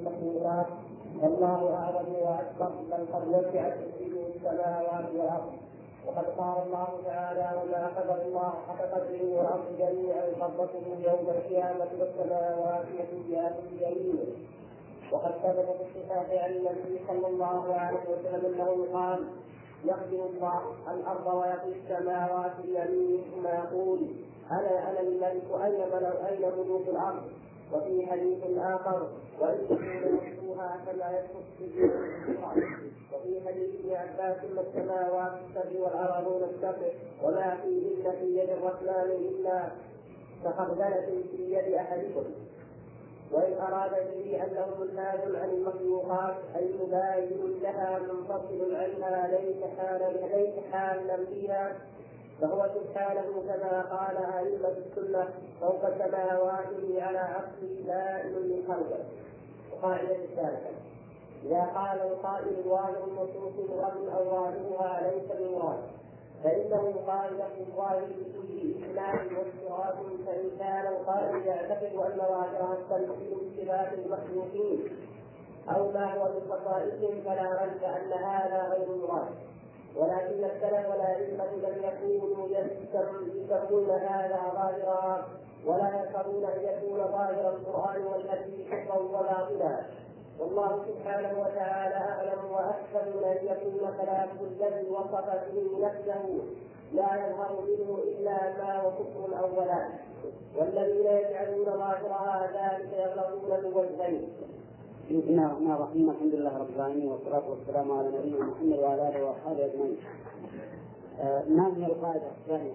المخلوقات، والله أعظم وأكبر، بل قد وسعت كرسيه السماوات والأرض. وقد قال الله تعالى: وما قدر الله حق قدره والأرض جميعا قبضته يوم القيامة والسماوات مطويات بيمينه. وقد ثبت في الصحيح عن النبي صلى الله عليه وسلم أنه قال: يقبل الله الأرض ويقي السماوات بيمينه ثم يقول: أنا الملك، أين ملوك الأرض؟ وفي حديث آخر: وإن تكون مفتوحا كما يسقط. وفي حديث ابن عباس: ما السماوات السبع والأرضون السبع وما فيهن في يد الرحمن إلا كخردلة في يد أحدكم. وإن أراد به أنه منهاج عن المخلوقات أي مباين لها منفصل عنها ليس حالا فيها، فهو سبحانه كما قال أئمة السنة: فوق سماواته على عرشه دائم من خلقه. وقاعدة الثالثة: إذا قال القائل ظاهر النصوص مراد أو ظاهرها ليس بمراد، فإنه قال له الظاهر بكل إسلام وافتراض، فإن كان القائل يعتقد أن ظاهرها التمثيل بصفات المخلوقين أو ما هو من خصائصهم فلا ريب أن هذا غير مراد. ولكن السلف والأئمة لم يكونوا يذكرون هذا ظاهرا، ولا يذكرون أن يكون ظاهر القرآن والحديث كفرا وباطلا. والله سبحانه وتعالى أعلم وأحسن من أن يكون كلامه الذي وصف به نفسه لا يظهر منه إلا ما وكفر أولا، والذين يجعلون ظاهرها ذلك يغلطون بوجهين. بسم الله الرحمن الرحيم. الحمد لله رب العالمين، والصلاة والسلام على نبينا محمد وعلى آله وأصحابه أجمعين. ما هي القاعدة الثانية؟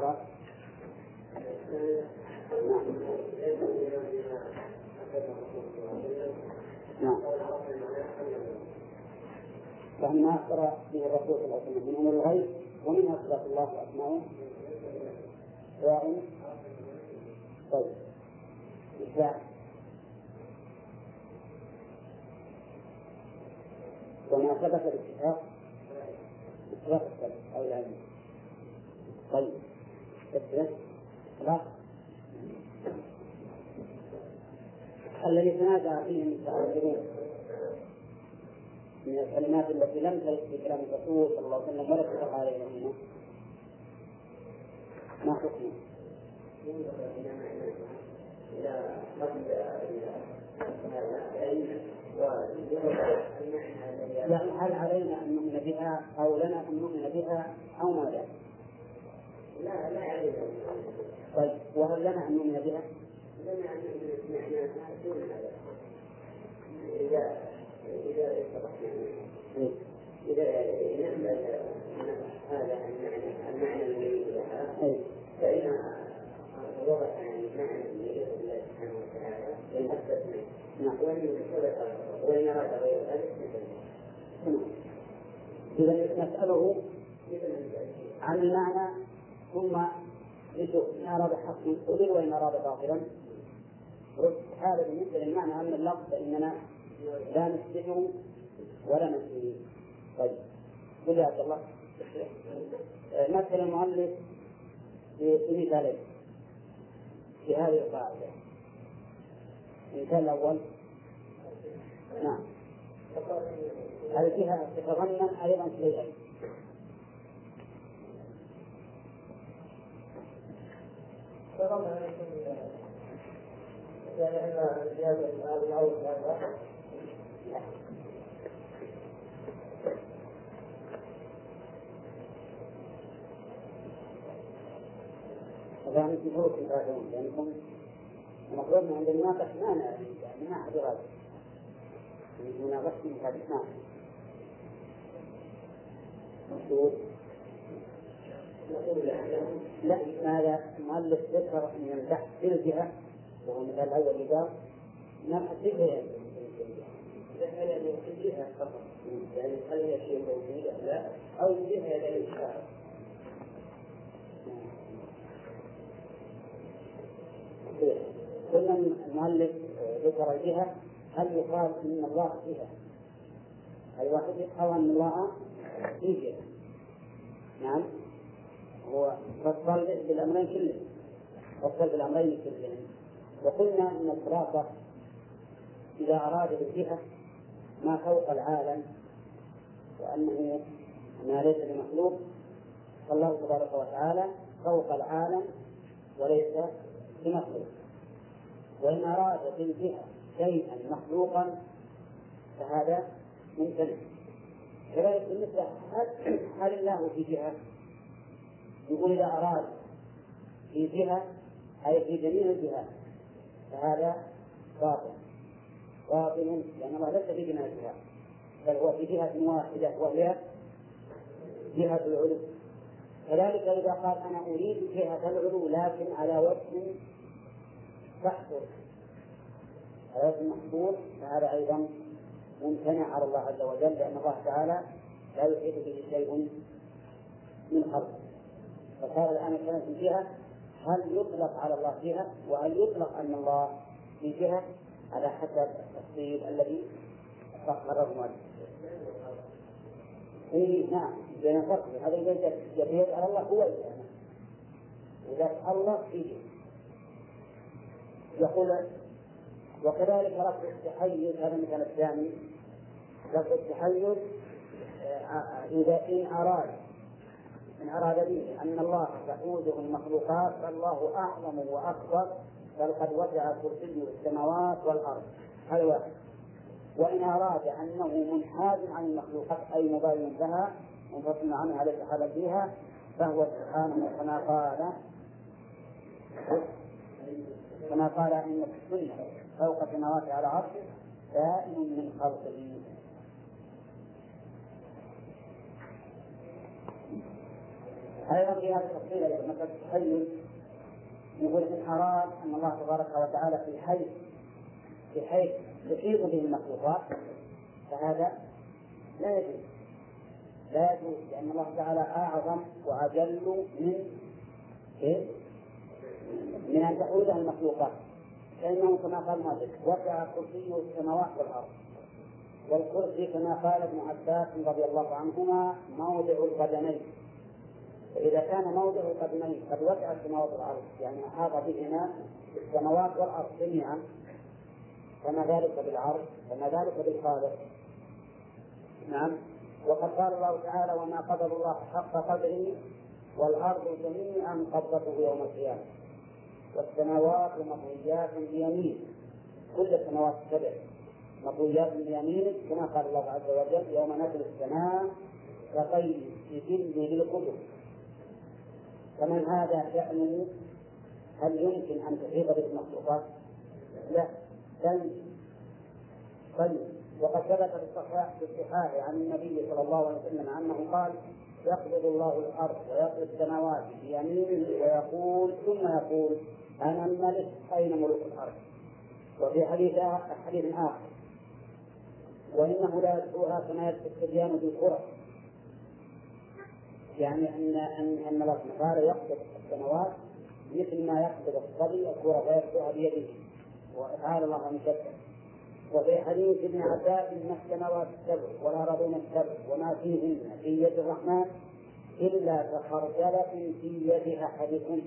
نعم. فهم ما أخبر به الرسول صلى الله عليه وسلم من أمور الغيب ومن أصدق الله وأسماؤه سواء. طيب وما ثبت الاتفاق السلف أو العلم. طيب خلاص. الذي تنازع فيه المتعلمون من الكلمات التي لم ترد في كلام الرسول صلى الله عليه وسلم ولا اتفق عليه منه، ما حكمه؟ يعني هل علينا أن نؤمن بها أو لنا أن نؤمن بها أو ماذا؟ لا علينا. طيب وهل لنا أن نؤمن بها؟ لنا أن نؤمن بها إذا استطعنا، إذا نقبل هذا المعنى الذي لها، فإن وضع المعنى الذي لله سبحانه وتعالى أثبتنا، وإن أراد غير ذلك إذا نسأله عن المعنى ثم نشوف إن أراد حقا قدر وإن أراد باطلا. هذا بالنسبة للمعنى. أما اللفظ فإننا لا نثبته ولا ننفيه. طيب قل يا عبد الله مثل المؤلف بمثالين في هذه القاعدة. المثال الأول: نعم، الجهة تتضمن أيضا شيئين: فأنتم فوق تراجعون لأنكم مطلوبنا عند المناقش ما يعني ما أحد يراجع مناقشة هذه ما مشهور. لا، هذا المؤلف ذكر من البحث في الجهة وهو مثال الأول اللي قال نبحث في الجهة يعني في الجهة فقط، يعني هل هي شيء موجود أم لا، أو الجهة يعني الإشارة. كل المؤلف ذكر الجهة، هل يقال إن الله فيها الواحد أو أن الله في جهة؟ نعم، هو فصل بالأمرين كلهم، فصل بالأمرين كلهم. وقلنا أن الخلاصة إذا أراد بالجهة ما فوق العالم وأنه ما ليس بمخلوق، فالله تبارك وتعالى فوق العالم وليس بمخلوق. وإن أراد بالجهة شيئا مخلوقا فهذا ممتنع. كذلك بالنسبة هل الله في جهة؟ يقول إذا أراد في جهة أي في جميع الجهات فهذا باطل لأن الله ليس في جميع الجهات بل هو في جهة واحدة وهي جهة العلو. كذلك إذا قال أنا أريد جهة العلو لكن على وجه محصور فهذا أيضا ممتنع على الله عز وجل لأن الله تعالى لا يحيط به شيء من خلقه. فصار الآن الكلام في جهة هل يطلق على الله جهة وهل يطلق أن الله في جهة على حسب التفصيل الذي قرره المؤلف. نعم بين الفرق هذا يجب على الله هو الجهة إذا الله في جهة. يقول وكذلك رفع التحيز هذا مثال الثاني. رفع التحيز إذا إن أراد به أن الله تحوزه المخلوقات فالله أعظم وأكبر بل قد وسع كرسيه السماوات والأرض هذا واحد. وإن أراد أنه منحاز عن المخلوقات أي مباين لها منفصل عنها ليس حالا فيها فهو سبحانه كما قال إن السنة فوق السماوات على عرشه دائم من خلقه. أيضا في هذا التفصيل مثل التحيز يقول إن أراد أن الله تبارك وتعالى في حيث تحيط به المخلوقات فهذا لا يجوز لأن الله تعالى أعظم وأجل من أن تحوزه المخلوقات فإنه كما قال مالك وسع كرسيه السماوات والأرض. والكرسي كما قال ابن عباس رضي الله عنهما موضع القدمين. فإذا كان موضع القدمين قد وسع السماوات والأرض يعني أحاط بهما السماوات والأرض جميعا فما ذلك بالعرض وما ذلك بالخالق. نعم. وقد قال الله تعالى وما قدر الله حق قدره والأرض جميعا قبضته يوم القيامة والسماوات مطويات بيمينه كل السماوات السبع مطويات بيمينه كما قال الله عز وجل يوم نزل السماء كغير سجل للكتب. فمن هذا شأنه هل يمكن أن تحيط به المخلوقات؟ لا طيب. وقد ثبت في الصحاح عن النبي صلى الله عليه وسلم أنه قال يقبض الله الأرض ويقبض السماوات بيمينه ويقول ثم يقول أنا الملك أين ملوك الأرض. وفي حديث آخر وإنه لا يدعوها كما يدعو الصبيان بالكرة يعني أن الله تعالى يقبض السماوات مثل ما يقبض الصبي الكرة فيدعوها بيده وتعالى الله عن شده. وفي حديث ابن عباس إن السماوات السبع والأرضون السبع وما فيهن في يد الرحمن إلا كخردلة في يد أحدكم.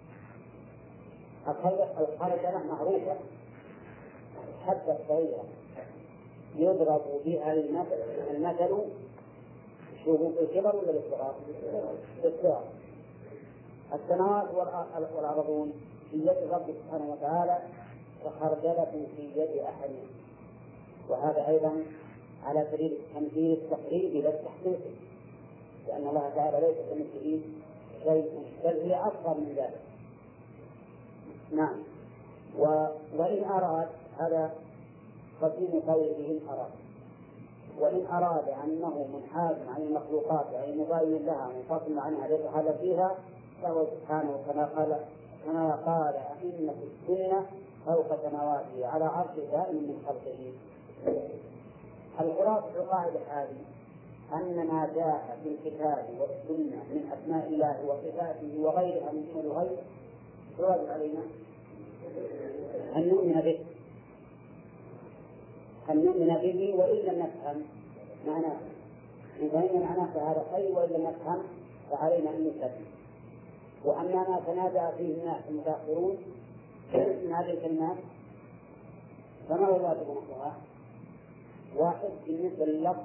الخردلة معروفة حتى الصغيرة يضرب بها المثل شوفوا الكبر ولا الصغار؟ الصغار. السماوات والأرضون في يد الرب سبحانه وتعالى كخردلة في يد أحدهم. وهذا أيضا على سبيل التمثيل التقريبي لا التحقيق لأن الله تعالى ليس كمثله شيء بل هي أصغر من ذلك. نعم. وإن أراد هذا قديم قوله إن أراد. وإن أراد أنه منحاز عن المخلوقات أي مباين لها منفصل عنها ليس هذا فيها فهو سبحانه كما قال أئمة السنة فوق سماواته على عرش دائم من خلقه. الخلاصة القاعدة هذه أن ما جاء في الكتاب والسنة من أسماء الله وصفاته وغيرها من دون الغير يجب علينا أن نؤمن به وإن لم نفهم معناه. إن فهمنا معناه فهذا خير وإن لم نفهم فعلينا أن نسلم. وأما ما تنازع فيه الناس المتأخرون من هذه الكلمات فما هو الواجب نحوها؟ واحد بالنسبة لللفظ،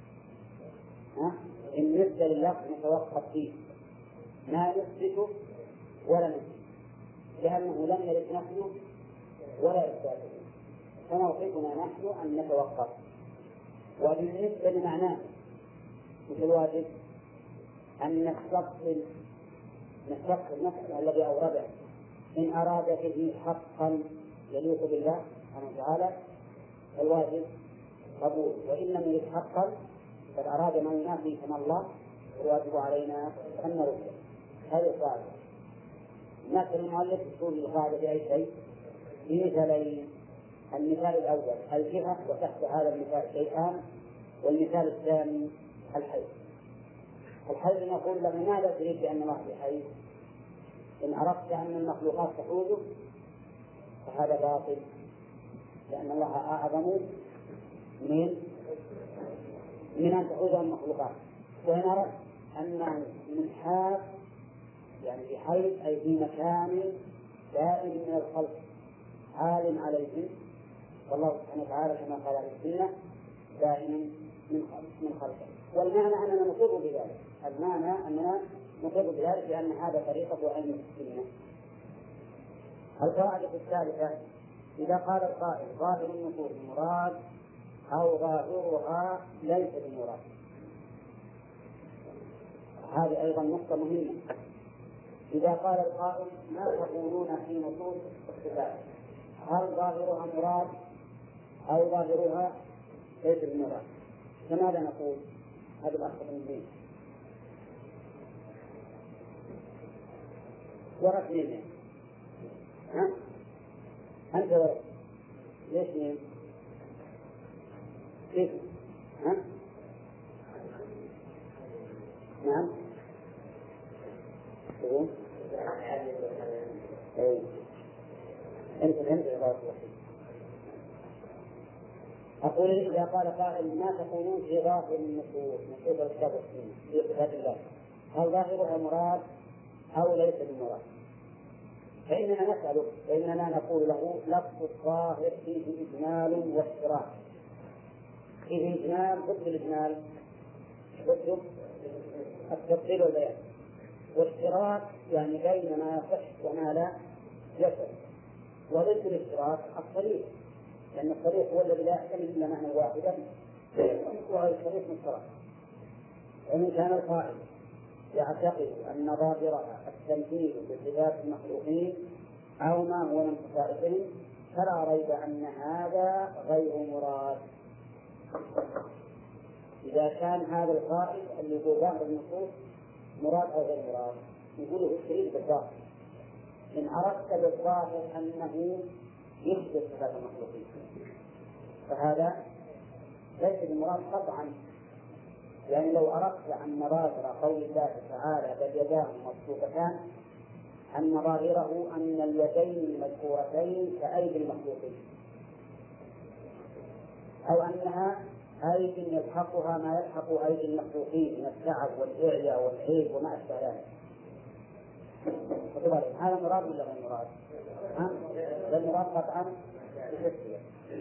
بالنسبة لللفظ نتوقف فيه ما نثبته ولا نثبته، لأنه لم يرد نفيه ولا إثباته، فموقفنا نحن أن نتوقف. وبالنسبة لمعناه مثل الواجب أن نستقبل المسألة الذي أورده، إن أراد به حقا يليق بالله سبحانه وتعالى الواجب قبول، وإن لم يرد حقا بل أراد ما ينافي كما الله الواجب علينا أن نرده. هذه القاعدة. مثل المؤلف يقول القاعدة بأي شيء بمثالين. المثال الأول الجهة، وتحت هذا المثال شيئان، والمثال الثاني الحيض. الحيض نقول له لماذا تريد بأن الله بحيض؟ إن أردت أن المخلوقات تحوزه فهذا باطل، لأن الله أعظم من أن تحوزه المخلوقات. وإن أردت أن من حال يعني في حيض أي في مكان دائم من الخلق عالم عليهم، والله سبحانه وتعالى كما قال عليه السنة دائم من خلقه. والمعنى أننا نقر بذلك، المعنى أننا نقر بذلك لأن هذا طريقة علم السنة. القاعدة الثالثة إذا قال القائل ظاهر النصوص مراد أو ظاهرها ليس بمراد، هذه أيضا نقطة مهمة. إذا قال القائل ما تقولون في نصوص الصفات، هل ظاهرها مراد أو ظاهرها ليس بمراد؟ فماذا نقول؟ هذا الأخطر من الدين. ورد مين؟ أنت ورد ليش مين؟ كيف؟ نعم. أنت أقول إذا قال قائل ما تقولون في ظاهر النصوص نصوص الكتاب والسنة في صفات الله، هل ظاهرها مراد أو ليس بمراد؟ فإننا نسأله، فإننا نقول له لفظ الظاهر فيه إجمال واشتراك. فيه إجمال ضد الإجمال، ضد التفصيل والبيان، والاشتراك يعني بين ما يصح وما لا يصح. وضد الاشتراك الصريح، لأن الصريح هو الذي لا يحتمل إلا معنى واحدا وهو الصريح مشترك. وإن كان القائل يعتقد أن ظاهرها التمثيل بصفات المخلوقين أو ما هو من خصائصهم فلا ريب أن هذا غير مراد. إذا كان هذا القائل اللي يقول ظاهر النصوص مراد أو غير مراد يقوله الشريك بالظاهر. إن أردت بالظاهر أنه يثبت صفات المخلوقين فهذا ليس بمراد قطعا، يعني لو أردت أن ظاهر قول الله تعالى بل يداه مبسوطتان أن ظاهره أن اليدين المذكورتين كأيدي المخلوقين، أو أنها أيدي يلحقها ما يلحق أيدي المخلوقين من التعب والإعياء والعيب وما أشبه ذلك، هذا مراد ولا غير مراد؟ غير مراد قطعا بشكل.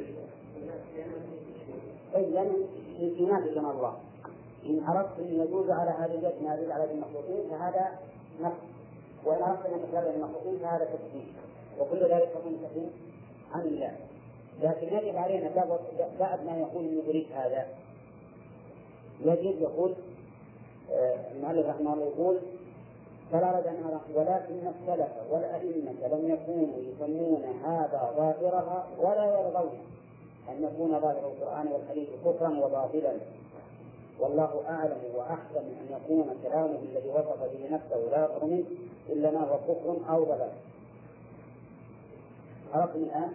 إذن ينافي كما الله. إن أردت أن يجوز على هذه اليد ما يجوز على المخلوقين فهذا نقص، وإن أردت أن يتكلم المخلوقين فهذا تكذيب، وكل ذلك منتهي عن الله. لكن يجب علينا بعد ما يقول أن يريد هذا يجب يقول المؤلف رحمه الله يقول فلا رد عنها، ولكن السلف والأئمة لم يكونوا يسمون هذا ظاهرها ولا يرضون أن يكون ظاهر القرآن والحديث كفرا وباطلا، والله أعلم وأحسن من أن يكون كلامه الذي وصف به نفسه لا يظهر منه إلا ما هو كفر أو ضلال. عرفتم الآن؟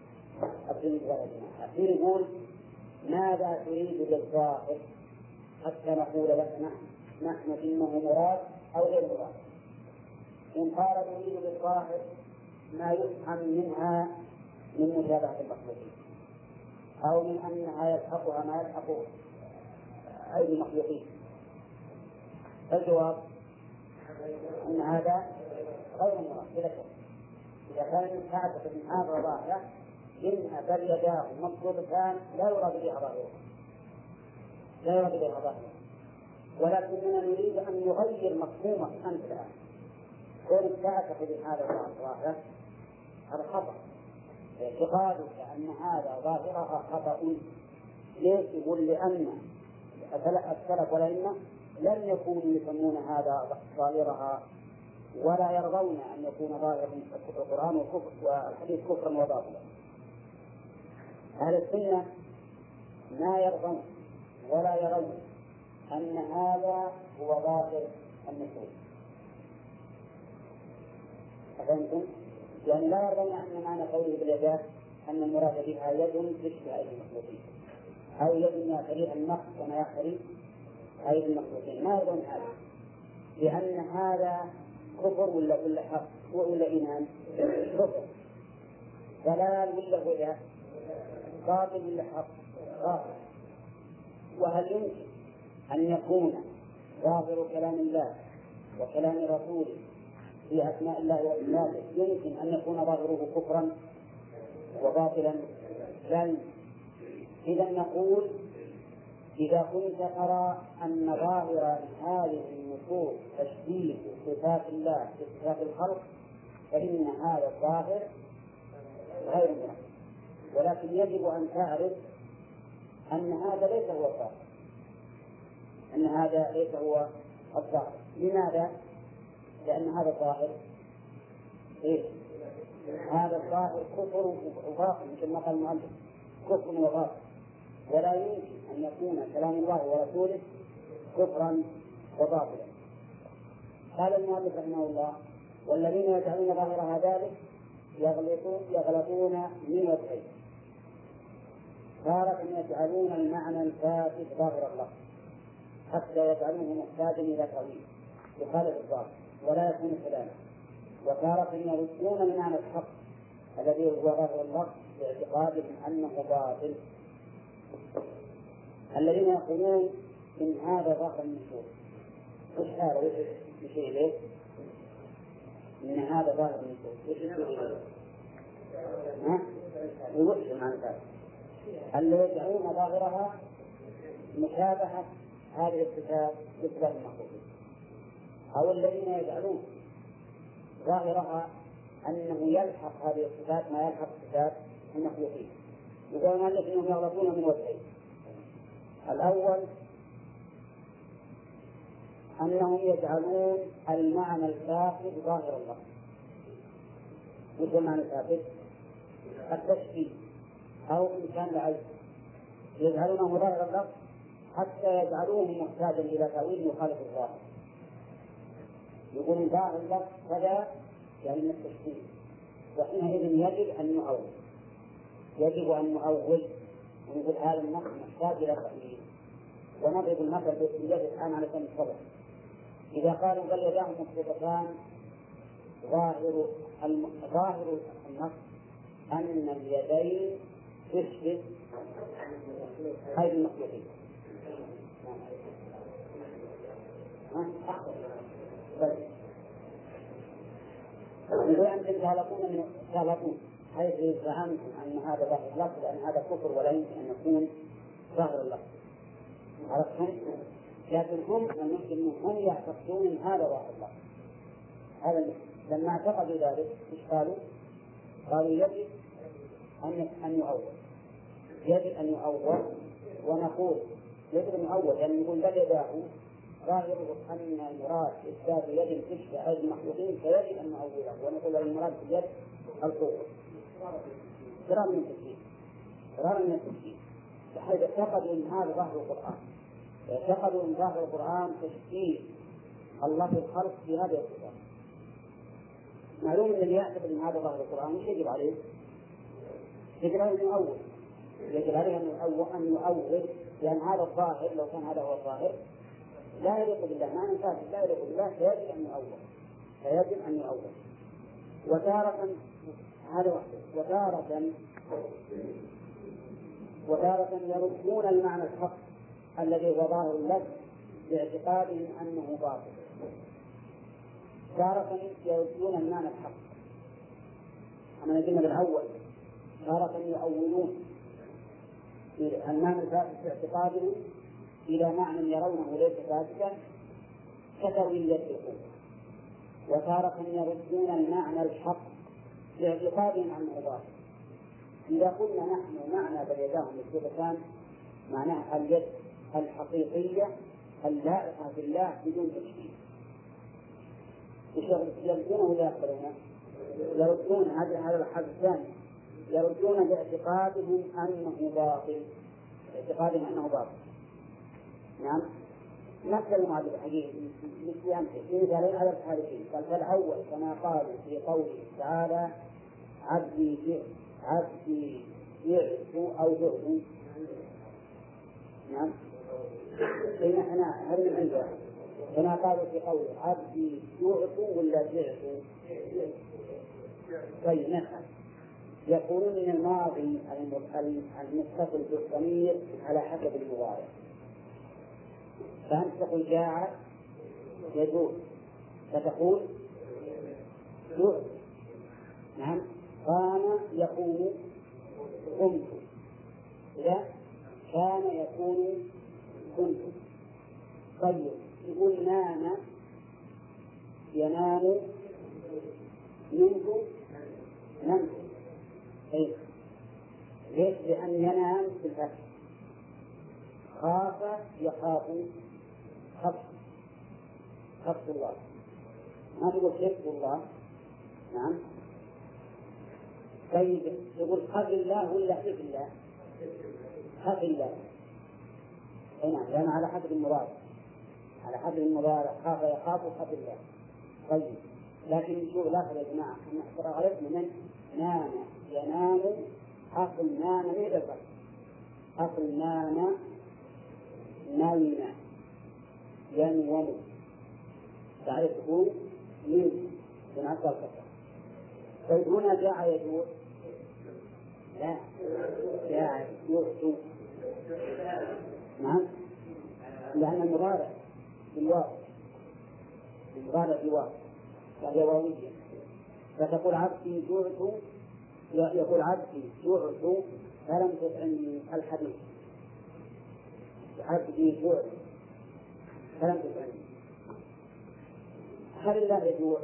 أخير يقول ماذا تريد بالظاهر حتى نقول لك نحن إنه مراد أو غير مراد. إن قال تريد بالظاهر ما يفهم منها من مشابهة المخلوقين أو من أنها يلحقها ما يلحق أيدي المخلوقين، الجواب أن هذا غير مراد بلا شك. إذا كان تعتقد أن هذا ظاهر إن بل يداه مبسوطتان لا يراد بها ظاهرها، لا يراد بها ظاهرها، ولكننا نريد أن نغير مفهومك أنت الآن. كونك تعتقد هذا ظاهرة هذا خطأ، اعتقادك أن هذا ظاهرها خطأ. ليش؟ يقول لأن السلف والأئمة لم يكونوا يسمون هذا ظاهرها ولا يرضون أن يكون ظاهر القرآن والحديث كفرا وباطلا. أهل السنة ما يرضون ولا يرون أن هذا هو ظاهر النصوص. أفهمتم؟ يعني لا يرضون أن معنى قوله باليدات أن المراد بها يد تشبه أيدي المخلوقين، أو يد يعتريها النقص كما يعتري أيدي المخلوقين، ما يرضون هذا، لأن هذا كفر ولا حق ولا إيمان؟ كفر. ضلال ولا هدى؟ باطل ولا حق؟ باطل. وهل يمكن أن يكون ظاهر كلام الله وكلام رسوله في أسماء الله وصفاته يمكن أن يكون ظاهره كفرا وباطلا؟ لا. إذا نقول إذا كنت ترى أن ظاهر هذه النصوص تشبيه صفات الله بصفات الخلق فإن هذا الظاهر غير مناسب، ولكن يجب أن تعرف أن هذا ليس هو الظاهر، أن هذا ليس هو الظاهر. لماذا؟ لأن هذا الظاهر هذا الظاهر كفر وباطل، مثل ما قال المؤلف كفر وباطل، ولا يمكن أن يكون كلام الله ورسوله كفرا وباطلا. قال المؤلف رحمه الله: والذين يجعلون ظاهرها ذلك يغلطون من وجهين. تارة يجعلون المعنى الفاسد ظاهر اللفظ حتى يجعلوه محتاجا إلى تأويل يخالف الظاهر ولا يكون كلاما، وتارة يردون المعنى الحق الذي هو ظاهر اللفظ باعتقادهم أنه باطل. الذين يقولون إن هذا ظاهر النصوص، وش هذا؟ وش يشير إليه؟ إن هذا ظاهر النصوص، وش يشير إليه؟ وش معنى ذلك؟ اللي يجعلون ظاهرها مشابهة هذه الصفات بصفات المخلوقين، أو الذين يجعلون ظاهرها أنه يلحق هذه الصفات ما يلحق صفات المخلوقين. يقولون أنهم يغلطون من وجهين: الأول أنهم يجعلون المعنى الفاسد ظاهر اللفظ. مثل المعنى الفاسد التشبيه أو إمكان العيب، يجعلونه ظاهر اللفظ حتى يجعلوه محتاجا إلى تأويل يخالف الظاهر. يقول ظاهر اللفظ كذا يعني من التشبيه، وحينئذ يجب أن نؤول، يجب أن نؤول ونقول هذا النص محتاج إلى تأويل. ونضرب المثل باليد الآن على سبيل الصدق. إذا قالوا بل يداه مبسوطتان ظاهر النص أن اليدين تشبه أيدي المخلوقين. يقول أنتم تغلطون حيث زعمتم أن هذا ظاهر اللفظ لأن هذا كفر ولا يمكن أن يكون ظاهر اللفظ. عرفتم؟ لكن هم يعتقدون أن هذا ظاهر اللفظ. هذا لما اعتقدوا ذلك ايش قالوا؟ قالوا يجب أن يؤول، يجب أن يؤول. ونقول يجب أن يؤول يعني نقول بل يداه ظاهره أن المراد إثبات يد تشبه أيدي المخلوقين فيجب أن نؤوله، ونقول المراد باليد القوة. فرار من التشبيه، فرار من التشبيه، بحيث اعتقدوا أن هذا ظاهر القرآن، اعتقدوا أن ظاهر القرآن تشبيه الله في الخلق في هذه الصفات. معلوم أن اللي يعتقد أن هذا ظاهر القرآن مش يجب عليه؟ يجب عليه أن يؤول، يجب عليه أن يؤول، لأن هذا الظاهر لو كان هذا هو الظاهر لا يليق بالله، ما نفاذ لا يليق بالله، فيجب أن يؤول، فيجب أن يؤول. وتارة هذا وحده، وتارة يردون المعنى الحق الذي هو ظاهر اللفظ باعتقادهم أنه باطل. تارة يردون المعنى الحق، أما نجينا بالأول تارة يؤولون المعنى الفاسد في اعتقادهم إلى معنى يرونه ليس فاسدا كتأويل العقول، وتارة يردون المعنى الحق باعتقادهم أنه باطل. إذا قلنا نحن معنى بل يداه مكتوبتان معناها اليد الحقيقية اللائقة بالله بدون تشبيه، يردونه ولا يقبلونه؟ يردون هذا الحد الثاني، يردون باعتقادهم أنه باطل، باعتقادهم أنه باطل. نعم، مثل المعادل الحقيقي في مثالين على الحالتين. فالأول كما قالوا في قوله تعالى عبدي يعف أو يعف. نعم، هل من عنده كما قالوا في قوله عبدي يعف ولا يعف؟ طيب نفهم. يقولون من الماضي المتصل بالضمير على حسب المضارع، فأنت تقول جاء يجوع فتقول جوع. نعم، قام يقوم قمت، إذا كان يكون كنت. طيب يقول نام ينام نمت. طيب ليش؟ لأن ينام في الفتح، خاف يخاف خف الله، ما تقول خف الله. نعم. طيب يقول خف الله ولا خف الله؟ خف الله. نعم، لأن على حسب المضارع، على حسب المضارع خاف يخاف خف الله. طيب لكن شوف لاحظ يا جماعة نحصر على من نام ينام، أصل نام إلى الفرق، أصل نام نايم ينوم، تعرفه من أصل الفرق. طيب هنا جاء يجوع، لا جاء يعطو. نعم، لأن المضارع بالواو، المضارع بالواو فهي واوية، فتقول عبدي جعت، يقول عبدي جعت فلم تطعمني الحديث، عبدي جعت فلم تطعمني. هل الله يجوع؟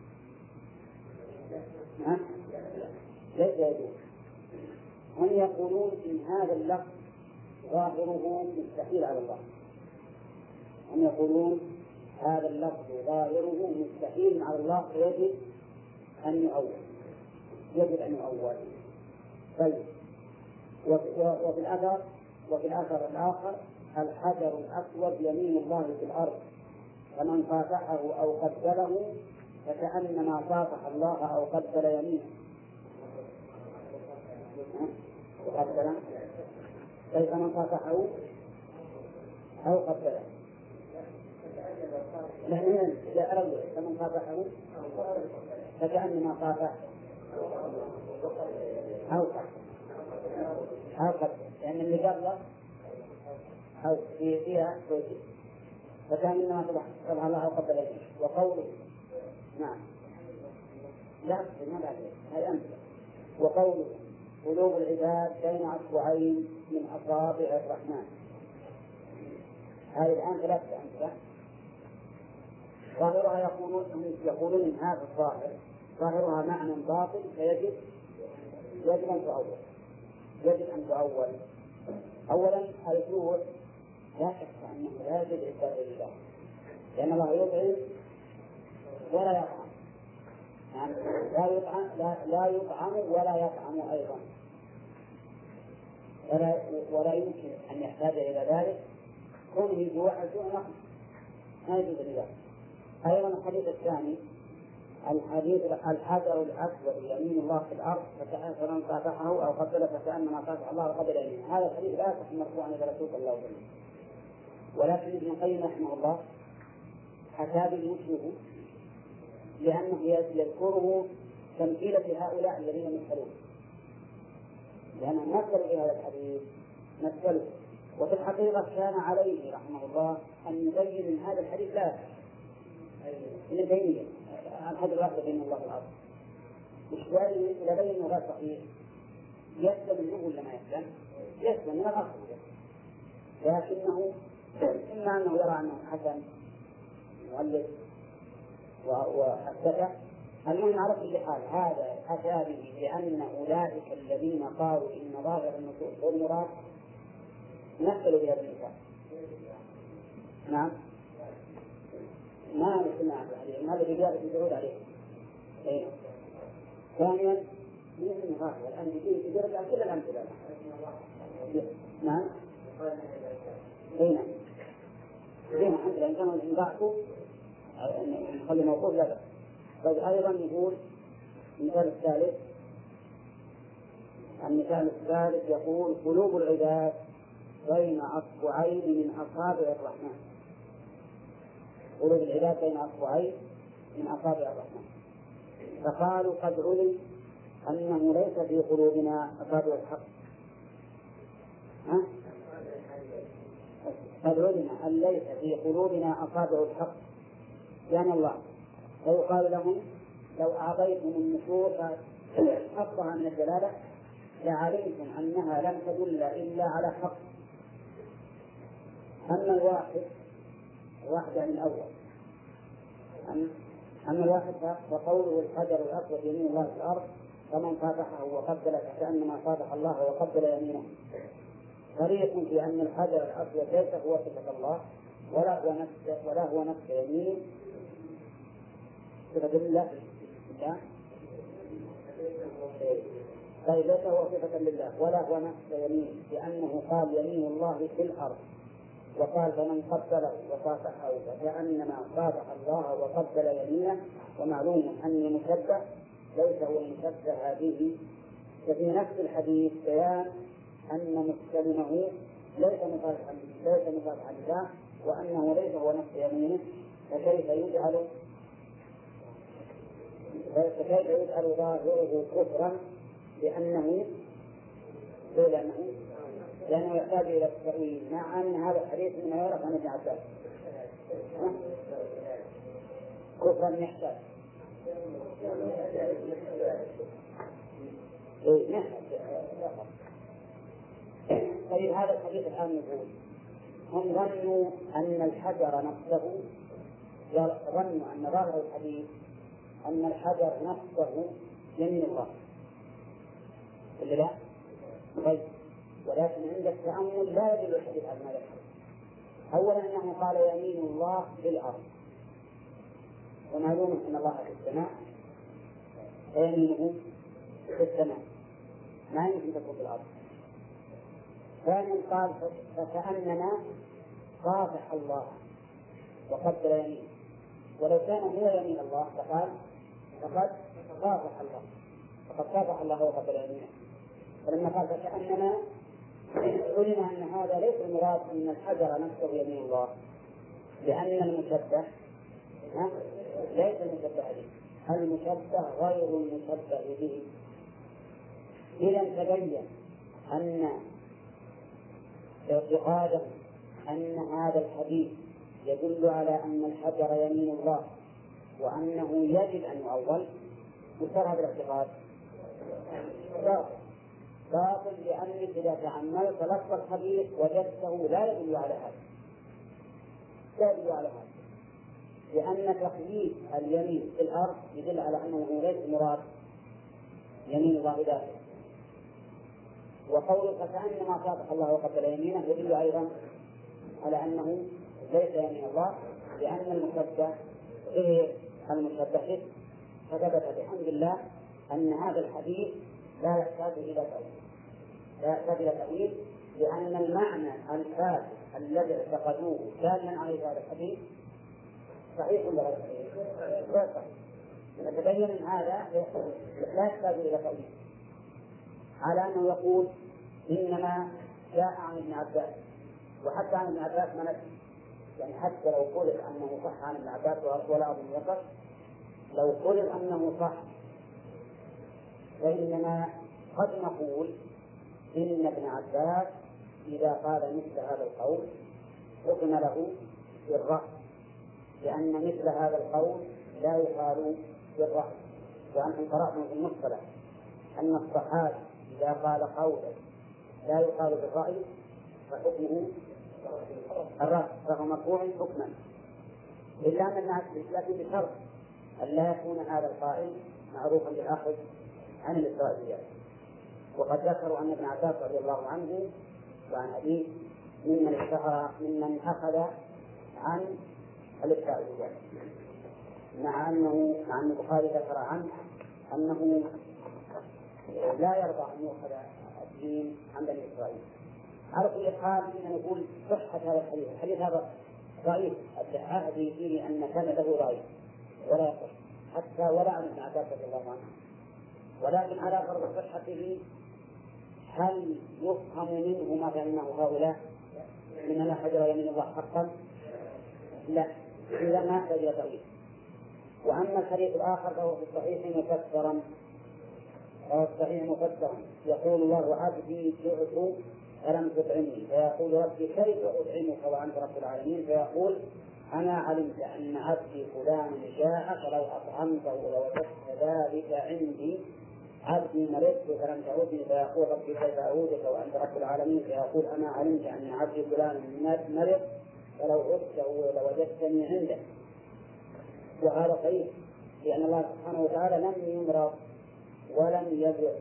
ليس يجوع. هم يقولون إن هذا اللفظ ظاهره مستحيل على الله، هم يقولون هذا اللفظ ظاهره مستحيل على الله فيجب أن يؤول، يجب أن يؤول. طيب وفي الأثر الآخر الحجر الأسود يمين الله في الأرض فمن صافحه أو قبله فكأنما صافح الله أو قبل يمينه. وقبل كيف من صافحه أو قبله؟ لأن الأول فمن صافحه فكأنما صافح أو قبل، لأن اللي قبله أو فيها توجيه فكأنما صافح الله أو قبل يمينه. وقوله نعم لا ما بعد هاي أمثلة. وقوله قلوب العباد بين أصبعين من أصابع الرحمن، هذه الآن ثلاثة أمثلة. ظاهرها يقولون إن هذا الظاهر ظاهرها معنى باطل فيجب أن تؤول. أولا الجوع لا شك أنه لا يجب إلا لله، لأن الله يطعم ولا يطعم، يعني لا يطعم ولا يطعم أيضا، ولا يمكن أن يحتاج إلى ذلك. كونه جوع نقص ما يجوز لله. أيضا الحديث الثاني الحديث الحجر الأسود يمين الله في الأرض فمن صافحه أو قبله فكأنما صافح الله قبل يمينه، هذا الحديث لا يصح مرفوعا إلى رسول الله صلى الله عليه وسلم، ولكن ابن القيم رحمه الله حكى بالمشهور لأنه يذكره تمثيلا لهؤلاء الذين مثلوه، لأنهم مثلوا في هذا الحديث مثلوا. وفي الحقيقة كان عليه رحمه الله أن يبين من هذا الحديث لا ابن تيمية الحجر الأسود بين الله والأرض، مش إذا بين غير صحيح يسلم منه ولا ما يسلم؟ يسلم من الأصل، لكنه إما أنه يرى أنه حسن مؤلف وحسده. المهم على كل حال هذا أتى به لأن أولئك الذين قالوا إن ظاهر النصوص هو المراد مثلوا بهذا المثال. نعم ما نسمع عليه، هذا الإجابة يدرون عليه. ثانيا من المغافل الآن يدرج على كل الأمثلة. نعم هنا أنت لأن كانوا إنضاعكم نخلي موقوف لا. طيب أيضا يقول المثال الثالث، المثال الثالث يقول قلوب العباد بين أصبعين من أصابع الرحمن. قلوب العباد بين أصبعين من أصابع الرحمن. فقالوا قد علم أنه ليس في قلوبنا أصابع الحق. قد علم أن ليس في قلوبنا أصابع الحق، يعني الله. فيقال لهم لو أعطيتم النصوص حقها من الدلالة لعلمتم أنها لم تدل إلا على حق. أما الواحد يعني الأول، أما الواحد فقوله الحجر الأسود يمين الله في الأرض فمن صافحه وقبل فكأنما صافح الله وقبل يمينه. صريح في أن الحجر الأسود ليس هو صفة الله ولا هو نفس يمين صفة لله. طيب ليس هو صفة لله ولا هو نفس يمين، لأنه قال يمين الله في الأرض، وقال فمن قبله وصافحه فكأنما صافح الله وقبل يمينه. ومعلوم أن المشبه ليس هو المشبه به. ففي نفس الحديث بيان أن مستلمه ليس مصافحا لله وأنه ليس هو نفس يمينه. فكيف يجعل ظاهره كفرا لأنه يحتاج إلى التأويل، مع أن هذا الحديث من يعرف عن ابن عباس كفرا يحتاج طيب هذا الحديث الآن يقول هم ظنوا أن الحجر نفسه، ظنوا أن ظاهر الحديث أن الحجر نفسه يمين الله ولا لا؟ طيب ولكن عند التأمل لا يدل الحديث على ما ذكر. أولا أنه قال يمين الله بالأرض، ومعلوم أن الله في السماء فيمينه في السماء ما يمكن تكون في الأرض. ثانيا قال فكأننا صافح الله وقبل يمينه، ولو كان هو يمين الله فقال فقد صافح الله وقبل يمينه. فلما قال فكأننا علم أن هذا ليس المراد أن الحجر نفسه يمين الله، لأن المشبه ليس المشبه به، المشبه غير المشبه به. إذا تبين أن اعتقاده أن هذا الحديث يدل على أن الحجر يمين الله وأنه يجب أن يؤول، وصار هذا الاعتقاد باطل، لأنك إذا تأملت لفظ الحديث وجدته لا يدل على هذا، لأن تقييد اليمين في الأرض يدل على أنه ليس مراد يمين الله ذاته. وقوله فكأنما صافح الله وقبل يمينه يدل أيضا على أنه ليس يمين الله، لأن المشبه غير المشبه. فثبت بحمد الله أن هذا الحديث لا يحتاج إلى تأويل، لأن المعنى الفاسد الذي اعتقدوه دالا عليه هذا الحديث صحيح ولا غير صحيح؟ غير صحيح. نتبين أن هذا لا يحتاج إلى تأويل، على أنه يقول إنما جاء عن ابن عباس، وحتى عن ابن عباس ما نفسه، يعني حتى لو قلت أنه صح عن ابن عباس ولا أظن يقف، لو قلت أنه صح فإننا قد نقول إن ابن عباس إذا قال مثل هذا القول حكم له بالرأي، لأن مثل هذا القول لا يقال بالرأي. وأنتم قرأتم في المصطلح أن الصحابي إذا قال قولا لا يقال بالرأي فحكمه الرأي فهو مرفوع حكما، إلا أن الناس لكن بشرط أن لا يكون هذا القائل معروفا بالأخذ عن الإسرائيليات. وقد ذكروا أن ابن عباس رضي الله عنه وعن أبيه ممن أخذ عن الإسرائيليات، مع أن البخاري ذكر عنه أنه لا يرضى أن يؤخذ الدين عن بني إسرائيل. على كل حال إن نقول صحة هذا الحديث هذا ضعيف، العهد فيه أن سنده ضعيف ولا يصح حتى ولا عن ابن عباس رضي الله عنه، ولكن على فرض صحته هل يفهم منه ما فهمه هؤلاء من أن حجر يمين الله حقا؟ لا، إذا ما يحتاج إلى تأويل. وأما الحديث الآخر فهو في الصحيح مفسرا، يقول الله عبدي جئت فلم تطعمني فيقول ربي كيف أطعمك وأنت رب العالمين، فيقول أنا علمت أن عبدي فلان جاء فلو أطعمته لوجدت ذلك عندي، عبدي مرضت فلم تعودني فيقول ربي كيف أعودك وأنت رب العالمين، فيقول أنا علمت أن عبدي فلان مرض فلو عدته لوجدتني عنده. وهذا صحيح، لأن الله سبحانه وتعالى لم يمرض ولم يبرئ،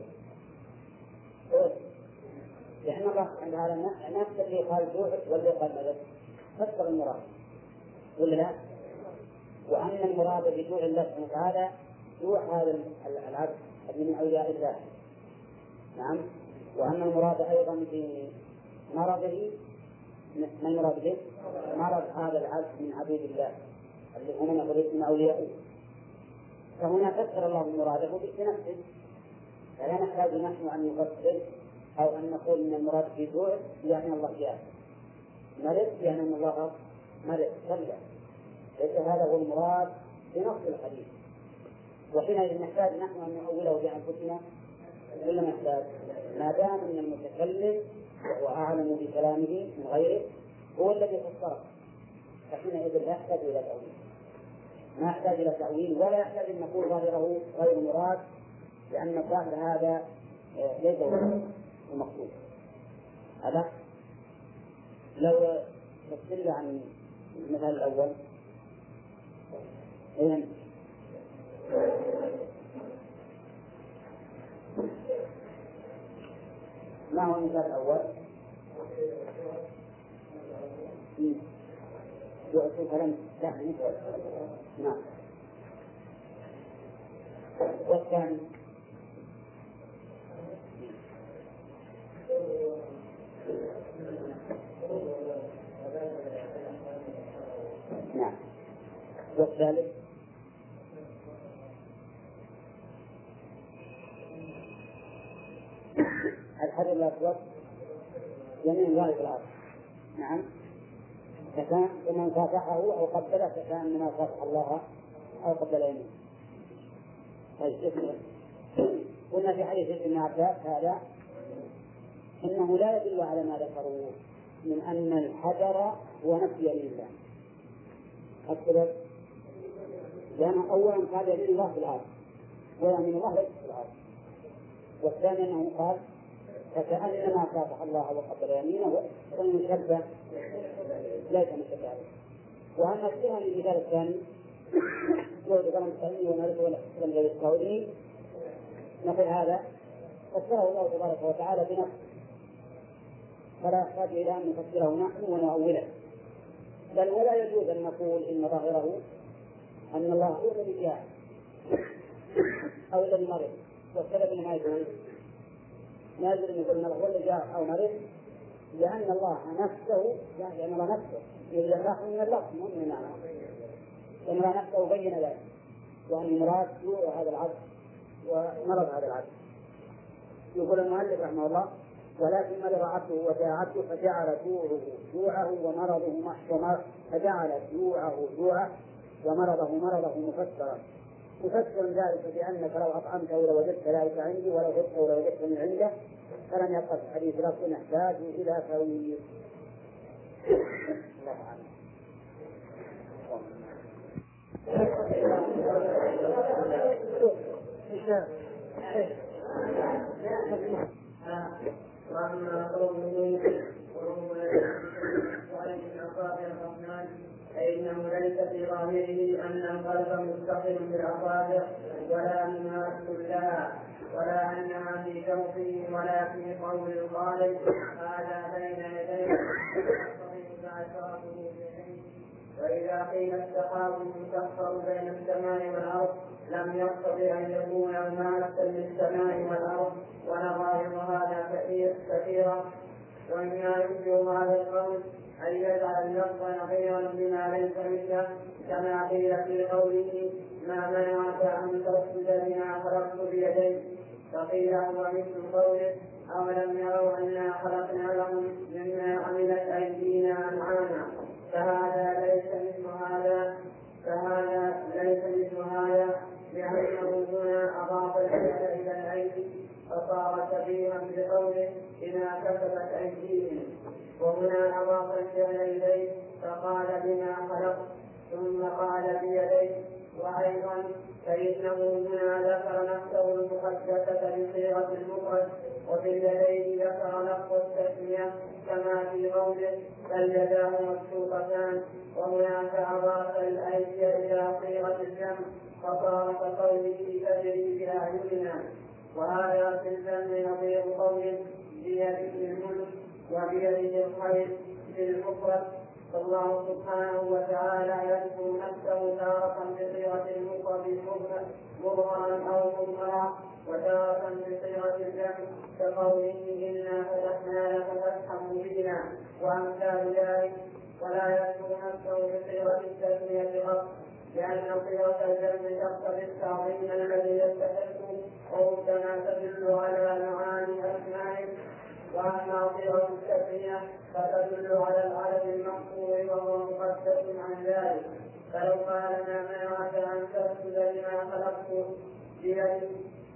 لأن الله سبحانه وتعالى نفس اللي قال جوع واللي قال مرض فسر المراد ولا لا؟ وأن المراد بجوع الله سبحانه وتعالى جوع هذا العبد من أولياء الله، نعم. وأن المراد أيضا بمرضه ما المراد به؟ مرض هذا العبد من عبيد الله اللي هم من أوليائه، فهنا فسر الله مراده بنفسه، فلا نحتاج نحن أن نفسر أو أن نقول إن المراد في جوع يعني الله جاء، مرض يعني أن الله مرض، كلا، ليس هذا هو المراد بنص الحديث. وحينئذ نحتاج نحن أن نؤوله بأنفسنا ولا نحتاج؟ ما دام أن المتكلم وهو أعلم بكلامه من غيره هو الذي فسره، فحينئذ لا يحتاج إلى تأويل، ما يحتاج إلى تأويل ولا يحتاج أن نقول ظاهره غير مراد، لأن الظاهر هذا ليس المقصود. هذا لو نتكلم عن المثال الأول إذن ما هو المثال الأول؟ يؤتي فلم تهني، نعم. والثاني نعم. والثالث الحجر الأسود يمين الله في الأرض، نعم. فكان من صافحه أو قبله فكان من صافح الله أو قبل يمينه. طيب قلنا في حديث ابن عباس هذا إنه لا يدل على ما ذكروا من أن الحجر هو نفي يمين الله. السبب لأن أولا قال يمين الله في الأرض ويمين الله ليس في الأرض، والثاني أنه قال فكأنما صافح الله وقبل يمينه والمشبه ليس مشبه عليه. وأما الشبه من المثال الثاني لو ذكر المستعين ونرد ولم يذكرني مثل هذا فسره الله تبارك وتعالى بنفسه، فلا يحتاج إلى أن نفسره نحن ونؤوله، بل ولا يجوز أن نقول إن ظاهره أن الله هو الذي جاء أو الذي مرض، والسبب ما يجوز ما يجوز أن يقول هو الذي جاء أو مرض، لأن الله نفسه لأن الله نفسه يجب أن نأخذ من اللفظ مو من المعنى، لأن الله نفسه بين ذلك وأن المراد جوع هذا العبد ومرض هذا العبد. يقول المؤلف رحمه الله ولكن مرض عبده وجاء عبده فجعل جوعه ومرضه مفسرا يفسر ذلك بأنك لو أطعمته لوجدت ذلك عندي ولو عدته لوجدت من عنده، فلم يبقى في الحديث لفظ نحتاج إلى تأويل. الله أعلم. واما قوله وهو وعليه الاصابع الرحمن فانه ليس في ظاهره ان القلب متصل بالاصابع ولا مماس لها ولا انها في جوفه ولا في قول الخالق هذا بين يديه فاشرته بيديه. واذا قيل السحاب المسخر بين السماء والارض لم يقتضي ان يكون مماسا للسماء والارض ونظائر هذا كثيرا. ومما يشبه هذا القول أن يجعل اللفظ نظيرا بما ليس مثله كما قيل في قوله ما منعك أن تسجد بما خلقت بيديك فقيل هو مثل قوله أولم يروا أنا خلقنا لهم مما عملت أيدينا أنعاما فهذا ليس مثل هذا لأنه هنا أضاف الفعل إلى الأيدي فصار شبيها بقوله بما كسبت أيديهم وهنا أضاف الفعل إليه فقال بما خلقت ثم قال بيديه. وأيضا فإنه هنا ذكر نفسه المقدسة بصيغة المفرد وفي اليدين ذكر لفظ التسمية كما في قوله بل يداه مبسوطتان وهناك أضاف الأيدي إلى صيغة الجمع فصار كقوله تجري بأعيننا. وهذا في الجمع نظير قوله بيده الملك وبيده الخير في المفرد. فالله سبحانه وتعالى يذكر نفسه تارة بصيغة المفرد مظهرا أو مضمرا وتارة بصيغة الجمع كقوله إنا فتحنا لك فتحا مبينا وأمثال ذلك. ولا يذكر نفسه بصيغة التسمية قط لأن صيغة الجمع تقتضي التعظيم الذي يستحقه وربما تدل على معاني أسمائه. وأما صيغة التسمية فتدل على العدد المقصور وهو مقدس عن ذلك. فلو قال ما منعك أن تسجد لما خلقت بيديك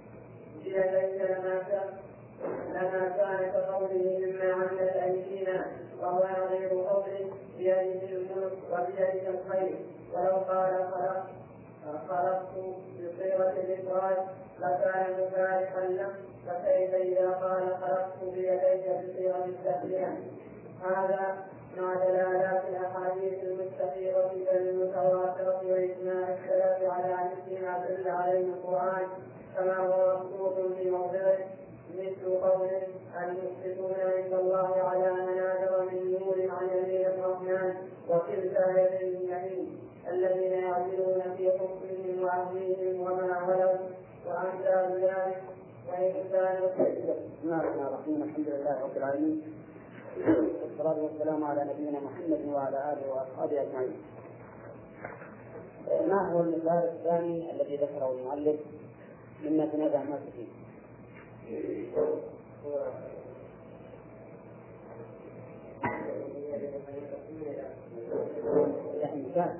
لما كان كقوله مما عملت أيدينا وهو غير قوله بيده الملك وبيده الخير. ولو قال خلقت بصيغة الإفراد لكان مفارقا له فكيف إذا قال خلقت بيديك بصيغة التسمية. هذا مع دلالات الأحاديث المستفيضة المتواترة وإجماع السلف على مثل ما دل عليه القرآن كما هو مذكور في موضعه مثل قوله المقسطون عند الله على منابر من نور عن يمين الرحمن وكلتا يديه يمين الذين يعدلون في حكمهم وعهدهم وما ولوا وأمثال ذلك. وإنسان بسم الله الرحمن الرحيم الحمد لله رب العالمين والصلاة والسلام على نبينا محمد وعلى آله وأصحابه أجمعين. ما هو المثال الثاني الذي ذكره المؤلف مما تنازع الناس فيه؟ يعني مثال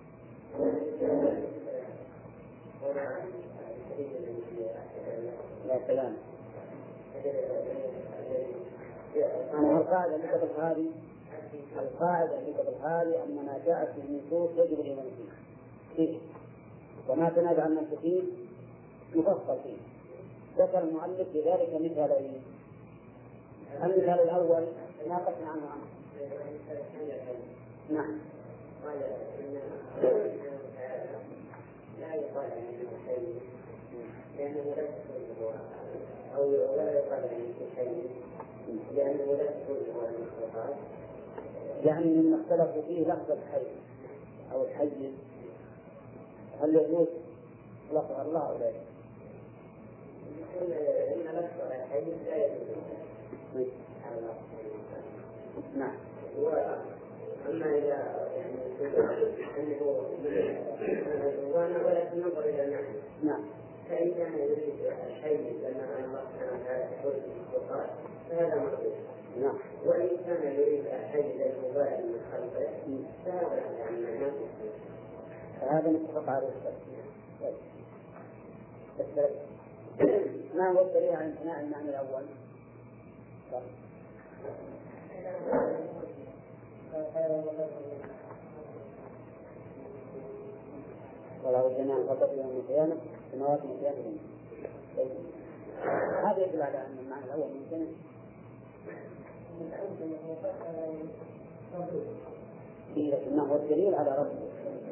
لا كلام. أنا القاعدة اللي قبل هذه أن ما جاءت في النصوص يجب الإيمان فيه وما تنازع الناس فيه مفصل فيه. ذكر المؤلف بذلك مثالين. المثال الأول ناقشنا عنه نعم. قال لا يقال عنه شيء لأنه لا تكون أو لا يقال عنه شيء لأنه لا تكون المخلوقات. يعني مما اختلفوا فيه لفظ الحي أو الحي هل يجوز لفظ الله أو لا يجوز؟ إن لفظ الحي لا يجوز. نعم. أما إذا أنه ولكن ننظر إلى المعنى. نعم. فإن كان يريد الحي لما الله سبحانه وتعالى يقول المخلوقات فهذا مقصود. نعم. وإن كان يريد الحي للمبارك من خلقه فهذا يعني معناه. فهذا متفق عليه. ما هو الدليل على امتناع المعنى الأول؟ وله جميع فقط يوم القيامة سماوات مليانة. هذا يدل على أن المعنى الأول ممتنع لكنه هو الدليل على ربه.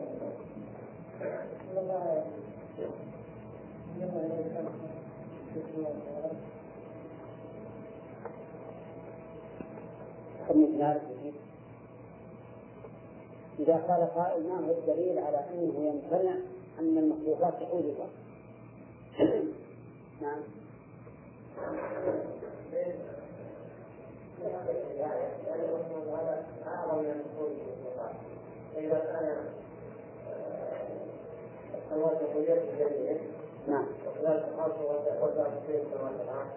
إذا قال قائل ما هو الدليل على أنه يمتنع أن المخلوقات تحول الله؟ نعم. إذا كان السماوات والأرض جميعا نعم. وكذلك عرشه وسع كثير كما الآن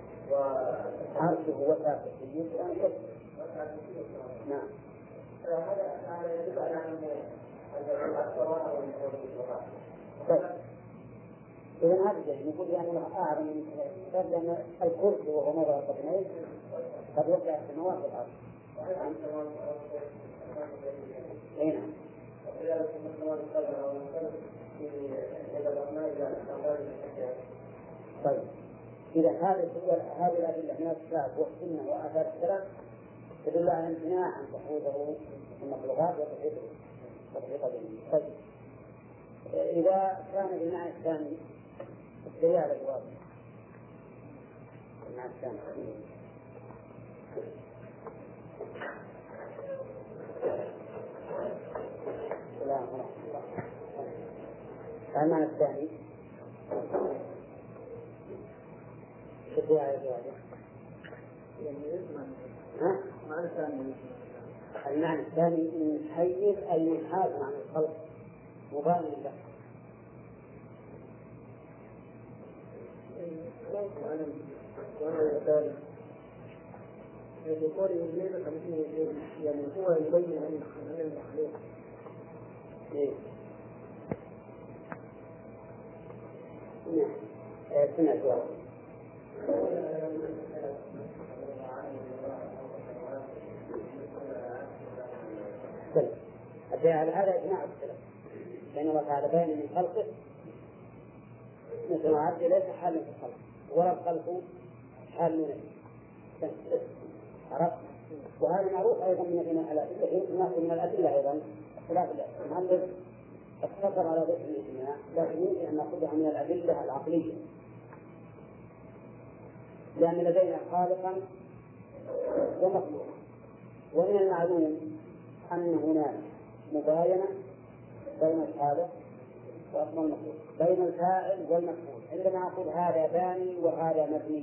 وعرشه وسع كثير نعم. هذا يجب على أن السماء والأرض. إذا هذا الشيء نقول يعني أعلم من لأن الكرسي وهو موضع القدمين قد وقع السماوات والأرض. أي نعم. طيب إذا هذه الأدلة من الكتاب والسنة وآثار السلف تدل على امتناع عن تحويله المخلوقات وتحقيق دينه. طيب إذا كان المعنى الثاني الدليل على الجواب المعنى الثاني المعنى الثاني الدليل على الجواب المعنى الثاني من حيز أي من حال عن الخلق مبالغ له. يعني هو يبين أن المخلوق سمعت على هذا إجماع السلف لأن الله تعالى بين من خلقه مثل عبد ليس حالا في الخلق ولا الخلق حال من عرفت. وهذا معروف أيضا من الأدلة أيضا خلاف المؤلف اقتصر على ذكر الاجتماع لكن يمكن أن نأخذها من الأدلة العقلية لأن لدينا خالقا ومخلوقا ومن المعلوم أن هناك مباينة بين الخالق والمخلوق بين الفاعل والمفعول. عندما أقول هذا باني وهذا مبني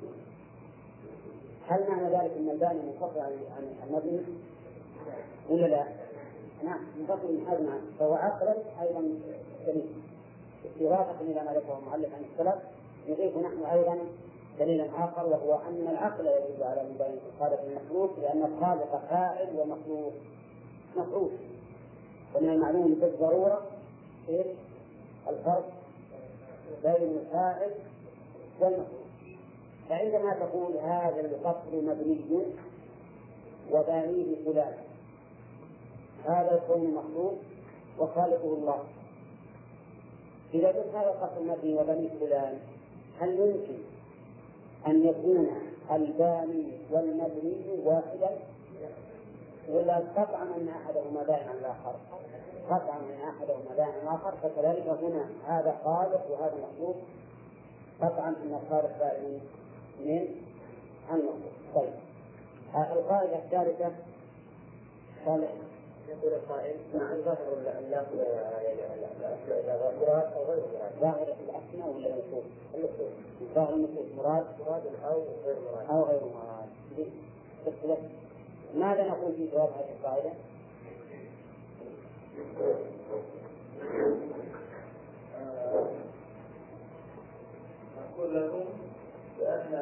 هل معنى ذلك أن الباني منفصل عن المبني ولا لا؟ نعم منفصل من هذا المعنى. فهو عقلا أيضا دليل استضافة إلى ما ذكره المؤلف عن السلف نضيف نحن أيضا دليلا آخر وهو أن العقل يدل على مباينة الخالق والمخلوق لأن الخالق فاعل ومخلوق مفعول. ومن المعلوم بالضرورة الفرق بين الفاعل والمفعول. فعندما تقول هذا القصر مبني وبانيه فلان هذا يكون مخلوق وخالقه الله. إذا قلت هذا القصر مبني وبني فلان هل يمكن أن يكون الباني والمبني واحدا ولا قطعا أن أحدهما بائن عن الآخر؟ قطعا أن أحدهما بائن عن الآخر. فكذلك هنا هذا خالق وهذا مخلوق قطعا أن الخالق بائن من المخلوق. طيب القاعدة الثالثة قال يقول القائل مع ظاهر الأسماء إذا مراد أو غير مراد. ظاهر الأسماء ولا النصوص؟ ظاهر النصوص مراد أو غير مراد. ماذا نقول في جواب هذه القاعدة؟ أقول لكم بأن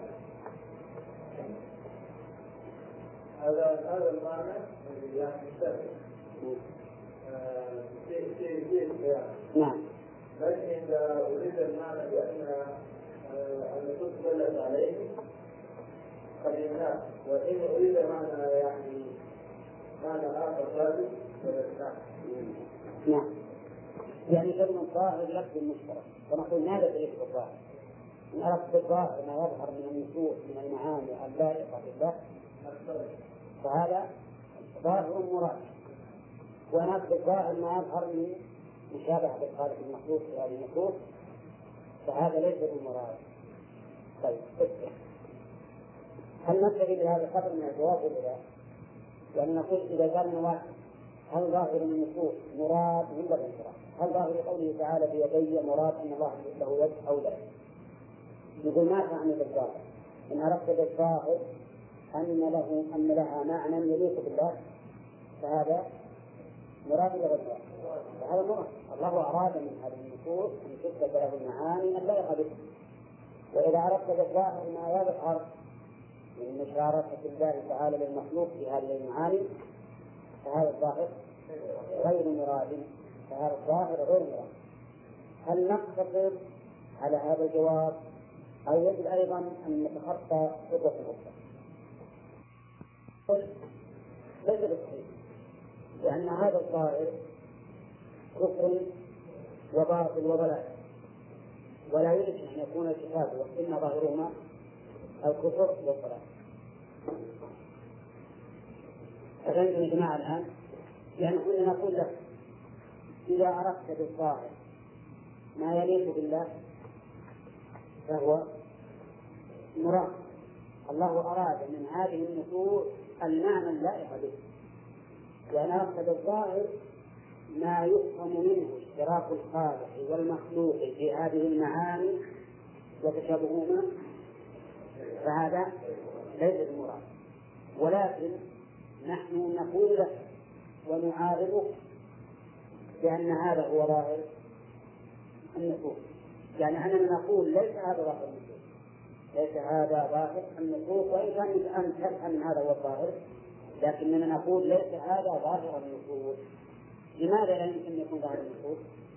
هذا المعنى يعني نعم. لكن إذا أريد المعنى بأن النصوص دلت عليه قبلنا وإن أريد معنى يعني معنى آخر ثابت فلا. نعم. يعني كلمة ظاهر لفظ مشترك ونقول ماذا تريد بالظاهر؟ إن أردت بالظاهر ما يظهر من النصوص من المعاني اللائقة بالله فهذا ظاهر مراد، ونفس الظاهر ما يظهر من مشابهة الخالق المخلوق في هذه النصوص، فهذا ليس بالمراد. طيب هل نبتغي بهذا القدر من الجواب ولا لا؟ يعني نقول إذا قال واحد هل ظاهر النصوص مراد ولا غير مراد؟ هل ظاهر قوله تعالى بيدي مراد أن الله له يد أو لا؟ يقول ما فهم بالظاهر، إن أردت بالظاهر أن لها معنى يليق بالله فهذا مراد ولا غير مراد؟ فهذا مراد. الله أراد من هذه النصوص أن تثبت له المعاني اللائقة به. وإذا أردت بالظاهر ما يظهر من مشاركة الله تعالى للمخلوق في هذه المعاني فهذا الظاهر غير مراد، فهذا الظاهر غير مراد. هل نقتصر على هذا الجواب أو يجب أيضا أن نتخطى خطوة أخرى؟ ليس بالصحيح، لأن هذا الظاهر كفر وباطل وضلال، ولا يمكن أن يكون الكتاب والسنة ظاهرهما الكفر والضلال. فعندنا يا جماعة الآن يعني كنا نقول لك إذا أردت بالظاهر ما يليق بالله فهو مراد. الله أراد من هذه النصوص المعنى اللائق به، وأن أردت بالظاهر ما يفهم منه اشتراك الخالق والمخلوق في هذه المعاني وتشابههما فهذا ليس المراد. ولكن نحن نقول لك ونعارضك بأن هذا هو ظاهر النصوص، يعني أننا نقول ليس هذا ظاهر النصوص، ليس هذا ظاهر النصوص، وإن كان أن تفهم من هذا هو الظاهر، لكننا نقول ليس هذا ظاهر النصوص. لماذا لا يمكن أن يكون ظاهر النصوص؟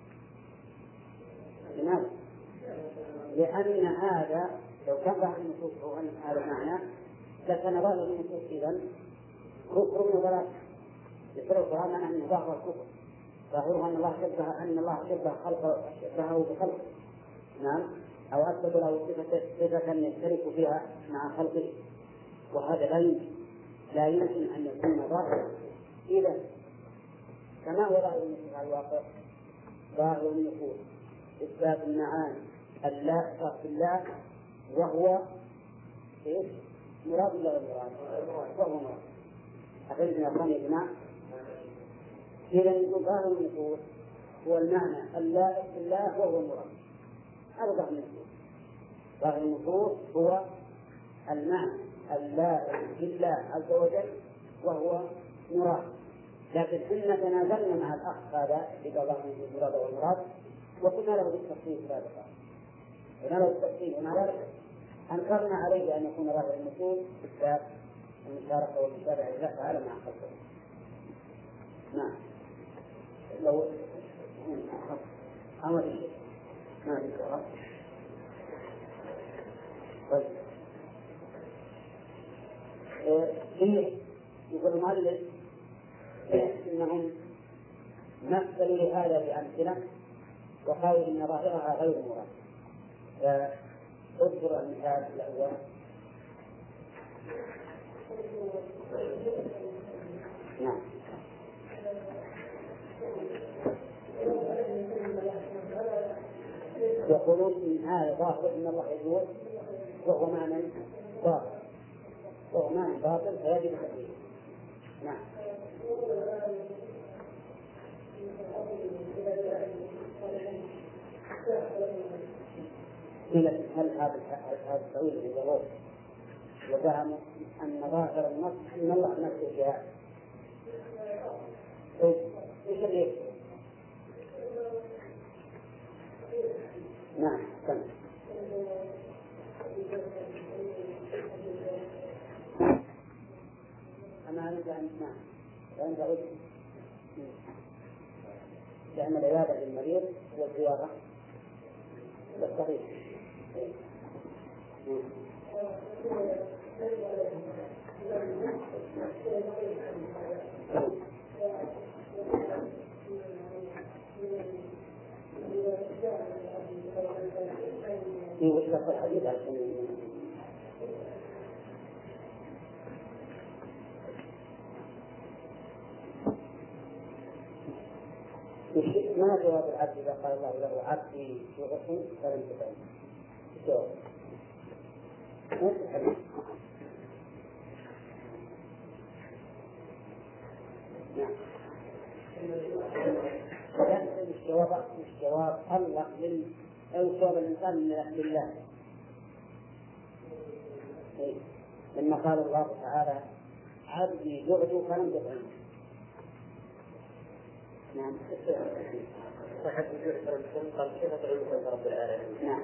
لماذا؟ لأن هذا لو كان ظاهر النصوص هو هذا المعنى لكان ظاهر النصوص إذن كفر وضلال. يقول القرآن أن ظاهر الكفر ظاهره أن الله شبه خلقه شبهه بخلقه، نعم، أو أثبت له صفة يشترك فيها مع خلقه، وهذا لا يمكن أن يكون ظاهرا. إذا كما هو ظاهر النصوص على الواقع ظاهر النصوص إثبات المعاني اللائقة بالله وهو إيش؟ مراد ولا غير مراد؟ وهو مراد. أخذنا أخواني يا جماعة، إذا يكون ظاهر النصوص هو المعنى اللائق بالله وهو مراد. هذا ظاهر النصوص. ظاهر النصوص هو المعنى اللائق بالله عز وجل وهو مراد. لكن إن تنازلنا مع الأخ هذا إذا ظاهر النصوص مراد والمراد وقلنا له بالتفصيل سابقا، قلنا له بالتفصيل، ومع ذلك أنكرنا عليه أن يكون ظاهر النصوص إثبات المشاركة والمشابهة لله تعالى مع خلقه. نعم. لو أمر شيء ما في كلام. طيب. يقول المؤلف إنهم مثلوا لهذا بأمثلة وقالوا إن ظاهرها غير مراد. فاذكر المثال الأول. نعم. يقولون إن هذا ظاهر إن الله يقول وهو معنى ظاهر وهو معنى باطل فيجب تقليده. نعم. هل هذا التأويل بالضرورة وزعموا أن ظاهر النص أن الله نفسه جاء إيش اللي يكتب؟ نعم سمع. أما أنت نعم وأنت قلت لأن العيادة للمريض والزيارة للطبيب. في وجهة الحديث ما جواب العبد إذا قال الله له عبدي شغفي فلم تفعل؟ الجواب نعم. الجواب الله أو جواب الإنسان لله، لما قال الله تعالى عبدي جعد فلم تفعل. نعم. صحة الجعد قال كيف تعلمك رب العالمين؟ نعم.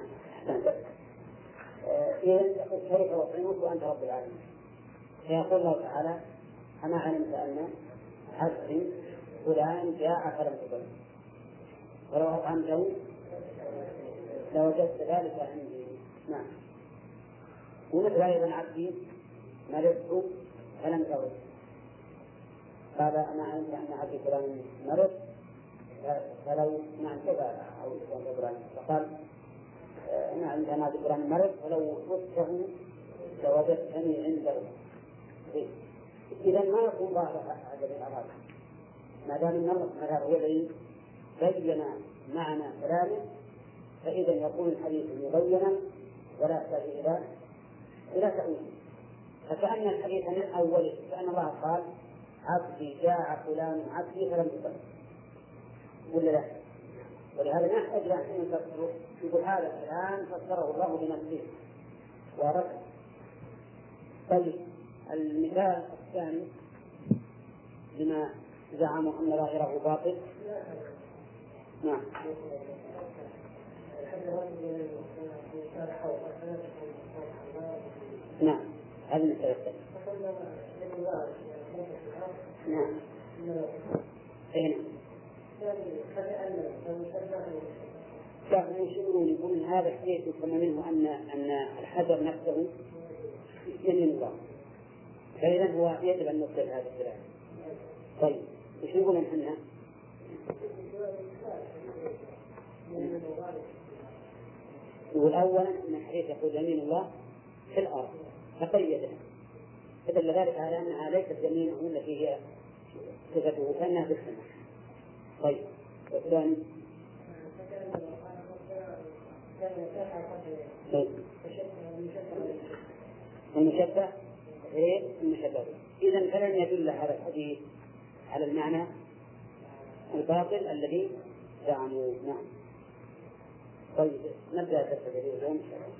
يقول كيف أطعمك وأنت رب العالمين؟ فيقول الله تعالى أما علمت أن عبدي فلان جاء فلم تطعمه، ولو أطعمته لوجدت ذلك عندي. نعم. ومثل أيضا عبدي مرضت فلم تطعمه، قال أنا علمت أن عبدي فلان مرض فلو نعم كذا أو إبراهيم، فقال أنا علمت أن عبدي فلان مرض ولو وجدته لوجدتني عنده. إذا ما يكون ظاهر هذا الأعراض ما دام أن الله سبحانه هو الذي بين معنى كلامه، فإذا يكون الحديث مبينا ولا يحتاج إلى تأويل. فكأن الحديث من أوله كأن الله قال عبدي جاء فلان عبدي فلم يطعمه ولا لا؟ ولهذا ما يحتاج إلى أن نفسره، يقول هذا الكلام فسره الله بنفسه ورد. طيب المثال الثاني لما زعموا أن ظاهره باطل. نعم. نعم هذا المثال الثاني. نعم. كانوا يشيرون يقول هذا الحديث يفهم منه أن الحجر نفسه يمين الله، فإذا هو يجب أن نقبل هذا الكلام. طيب وش نقول نحن؟ يقول أولا أن الحديث يقول يمين الله في الأرض فقيدها، فدل ذلك على أنها ليست يمينه التي هي صفته كأنها في السماء. طيب والثاني المشبه غير المشبه. إذن فلن يدل هذا الحديث على المعنى الباطل الذي زعموا. نعم. طيب نبدأ بالتدريب اليوم.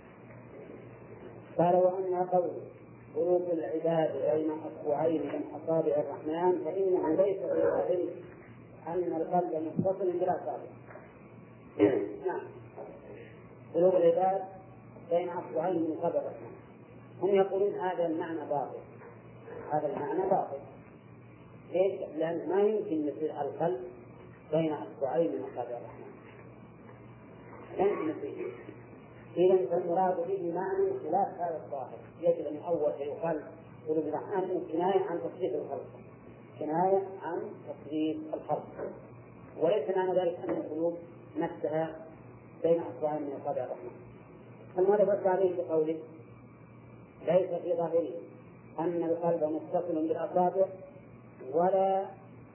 قال وأما قول قلوب العباد بين أصبعين من أصابع الرحمن فإنه ليس بدليل أن القلب متصل بالأصابع. نعم. قلوب العباد بين أصبعين من أصابع الرحمن، هم يقولون هذا المعنى باطل، هذا المعنى باطل. ليش؟ لأن ما يمكن يصير القلب بين أصبعين من أصابع الرحمن، لا يمكن يصير. إذا فالمراد به معنى خلاف هذا الظاهر. يجب أن أول يقال قلوب الرحمن كناية عن تصريف الخلق، كناية عن تصريف الخلق، وليس معنى ذلك أن القلوب نفسها بين أصبعين من أصابع الرحمن. فالمراد رد عليه بقوله ليس في ظاهره أن القلب متصل بالأصابع ولا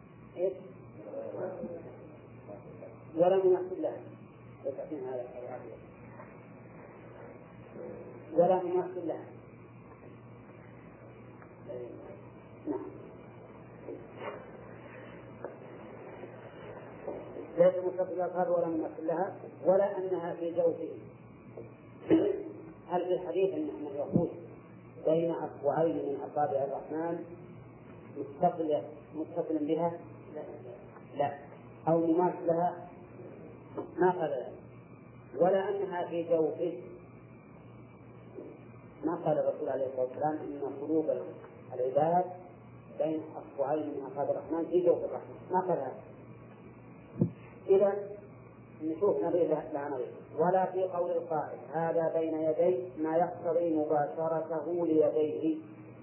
ممثل لها، ولا ممثل لها. نعم. ليس متصل بالأصابع ولا ممثل لها ولا أنها في جوفه. هل في الحديث أن يقول بين أصبعين من أصابع الرحمن متصل بها؟ لا. أو مماثل لها؟ ما قال ذلك. ولا أنها في جوفه، ما قال الرسول عليه الصلاة والسلام إن قلوب العباد بين أصبعين من أصابع الرحمن في جوف الرحمن، ما قال هذا. إذا نشوف نظير لها نظير. ولا في قول القائل هذا بين يديه ما يقتضي مباشرته ليديه.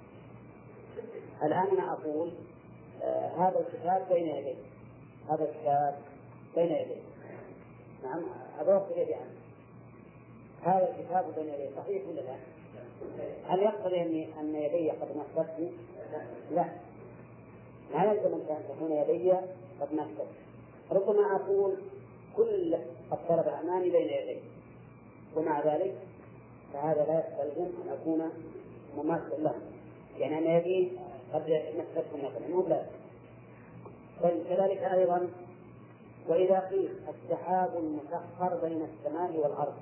الآن أنا أقول هذا الكتاب بين يديه، هذا الكتاب بين يديه. نعم أضرب يدي عنه، هذا الكتاب بين يديه، صحيح ولا لا؟ هل يقتضي أن يدي قد مسته؟ لا، ما يلزم أن تكون يدي قد مسته، ربما أقول كل الطلبة أمامي بين يدي، ومع ذلك فهذا لا يستلزم أن أكون مماثلا له، يعني أنا يدي قد نفسهم مثلا مو لا. كذلك أيضا وإذا قيل السحاب المسخر بين السماء والأرض،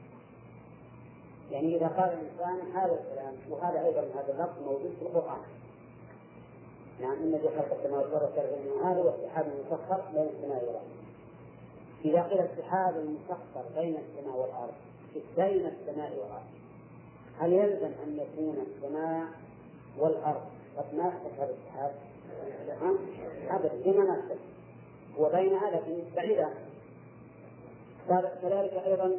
يعني إذا قال الإنسان هذا الكلام، وهذا أيضا هذا اللفظ موجود في القرآن، يعني إن في خلق السماوات والأرض هذا هو السحاب المسخر بين السماء والأرض. إذا قيل السحاب المسخر بين السماء والأرض بين السماء والأرض، هل يلزم أن يكون السماء والأرض قد ماسك هذا السحاب؟ أبدا، لما ماسك هو بينها لكن بعيدة. كذلك أيضا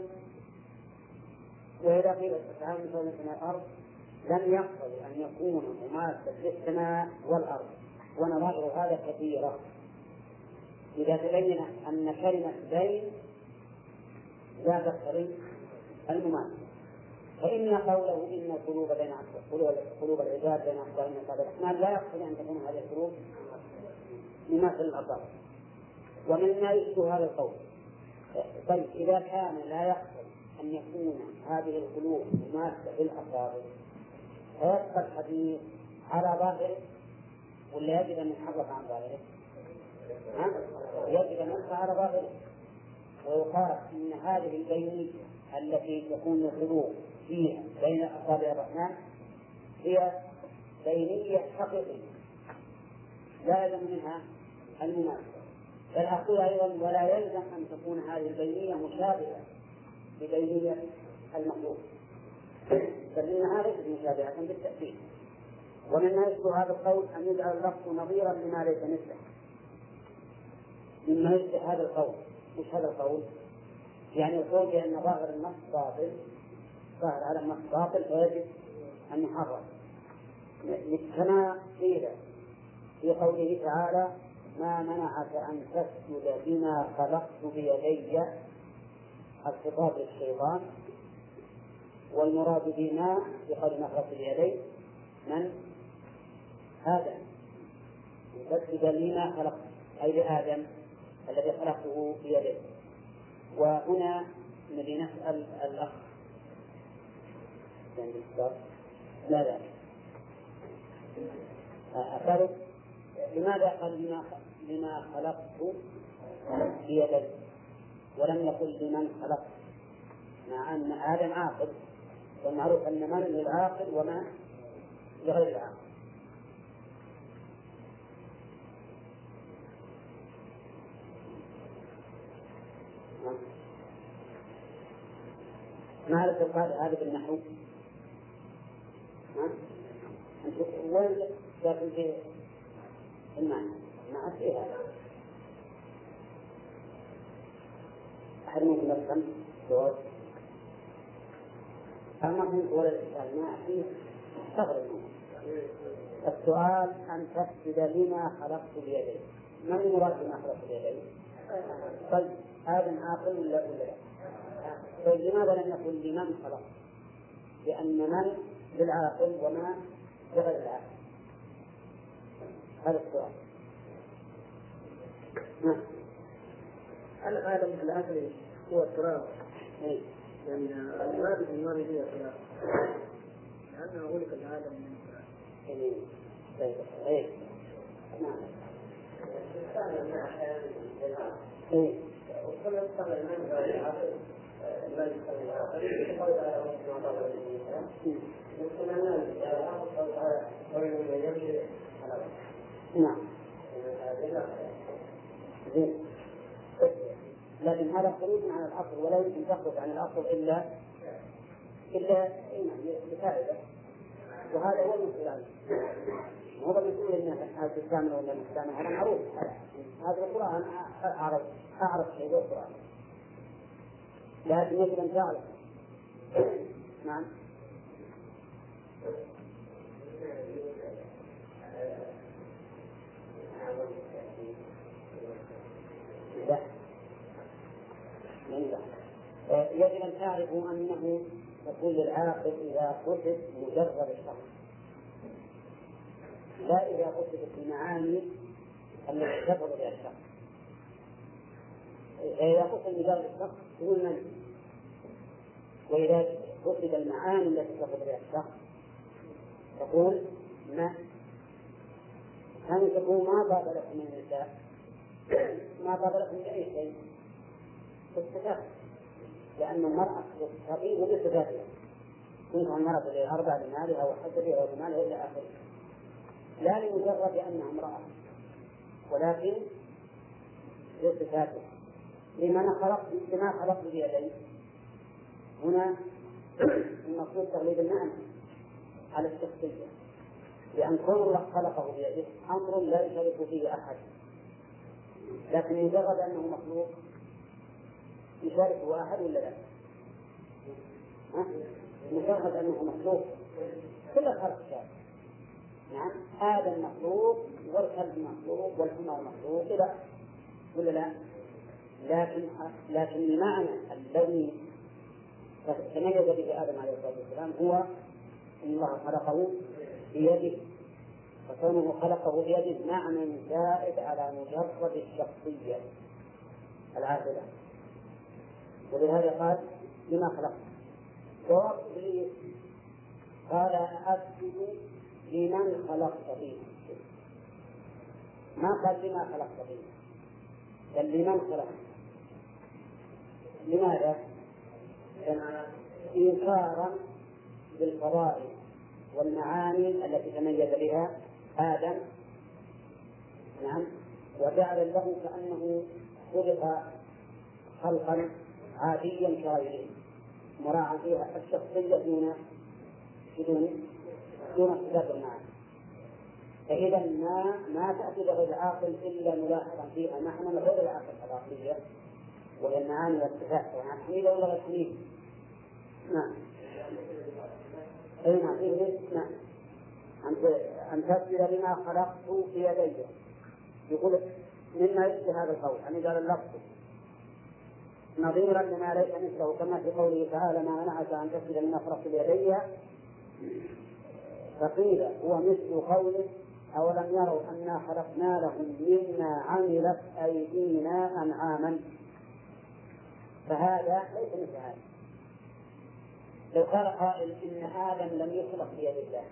وإذا قيل السحاب بين السماء والأرض لم يقتضي أن يكون مماثلا للسماء والأرض، ونظائر هذا كثيرة إذا تبين أن كلمة بين لا تقتضي المماثلة. فإن قوله إن القلوب بين قلوب العباد بين أصبعين من قبل الرحمن لا يقتضي أن تكون هذه القلوب مماثل الأصابع، ومما يشبه هذا القول. طيب إذا كان لا يقتضي أن يكون هذه القلوب مماثلة للأصابع فيبقى الحديث على ظاهره ولا يجب أن يحرف عن ظاهره؟ يجب أن يبقى على ظاهره، ويقال إن هذه البينية التي تكون القلوب فيها بين أصابع الرحمن هي بينية حقيقية لا يلزم منها المماثلة. بل أقول أيضا ولا يلزم أن تكون هذه البينية مشابهة لبينية المخلوق، بل إنها ليست مشابهة بالتأكيد. ومما يشبه هذا القول أن يجعل اللفظ نظيرا لما ليس مثله. مما يشبه هذا القول مش هذا القول، يعني القول بأن ظاهر النص باطل، ظاهر على النص باطل فيجب أن يحرر، كما قيل في قوله تعالى ما منعك أن تسجد بما خلقت بيدي، الخطاب للشيطان، والمراد بما بقول ما خلقت بيدي من آدم، تسجد لما خلقت أي لآدم الذي خلقته بيديه. وهنا الذي نسأل الأخ لا أفرق لماذا قال لما خلقت بيدي ولم يقل لمن خلقت، مع أن آدم عاقل والمعروف أن من للعاقل وما لغير العاقل. ما عرفت القاعدة هذه بالنحو؟ وين لكن في المعنى ما فيها أحد ممكن يفهم جواب أما كنت ولا الإشكال ما فيه استغرب السؤال أن تسجد لما خلقت بيدي، ما المراد بما خلقت بيدي؟ طيب آدم عاقل ولا لا؟ طيب لماذا لم يقل لمن خلق؟ لأن من للعاقل وما لغير العاقل. هذا السؤال. هل آدم في الأصل هو التراب؟ يعني المراد بالمراد هي التراب لأنه خلق الآدم من تراب. طيب نعم. وكل يستمر من العقل لا يستمر العقل يقول على ربنا تعالى نعم. لكن هذا خروج عن الأصل ولا يمكن تخرج عن الأصل إلا لفائدة، وهذا هو المسؤول. هو المسؤول إن هذا تستعمل ولا مستعمل، هذا معروف. هذا القرآن أعرف شيء بالقرآن، لكن يجب أن تعرف. نعم. يجب أن تعرفوا أنه يقول للعاقل إذا قصد مجرد الشخص، لا إذا قصدت المعاني التي تفضل بها الشخص. إذا قصد مجرد الشخص يقول من، وإذا قصد المعاني التي تقصد بها الشخص تقول ما. هذه تقول ما طاب لكم من النساء، ما طاب لكم من أي شيء بالصفات، لأن المرأة تطيب بصفاتها، تنكح المرأة لأربع لمالها وحسبها وجمالها إلى آخره، لا لمجرد أنها امرأة ولكن بصفاتها. لما خلقت بيدي هنا المقصود تغليب المعنى على الشخصية، لأن كون الله خلقه بيده أمر لا يشارك فيه أحد، لكن مجرد أنه مخلوق يشاركه أحد ولا لا؟ مجرد أنه مخلوق كل الخلق شارك. نعم آدم مخلوق والكلب مخلوق والحمار مخلوق كذا ولا لا؟ لكن المعنى الذي تميز به آدم عليه الصلاة والسلام هو أن الله خلقه بيده، فكونه خلقه بيده معنى زائد على مجرد الشخصية العاقلة، ولهذا قال لما خلقت. جواب إبليس قال أسجد لمن خلقت فيه، ما قال لما خلقت فيه بل لمن خلقت. لماذا؟ إنكارا بالفضائل والمعاني التي تميز بها آدم، نعم، وجعل له كأنه خلق خلقا عاديا كغيره مراعى فيها الشخصية دون صفات المعاني. فإذا ما تأتي بغير عاقل إلا ملاحظا فيها معنى غير العاقل العقلية وهي المعاني والصفات، يعني حميدة ولا غير حميدة. نعم أي نعم أن تسجد لما خلقت بيدي، يقول مما يشبه هذا القول يعني قال اللفظ نظيرا لما ليس مثله، كما في قوله تعالى ما منعك أن تسجد لما خلقت بيدي، فقيل هو مثل قوله أولم يروا أنا خلقنا لهم مما عملت أيدينا أنعاما، فهذا ليس مثل هذا. لو قال قائل إن آدم لم يخلق بيد الله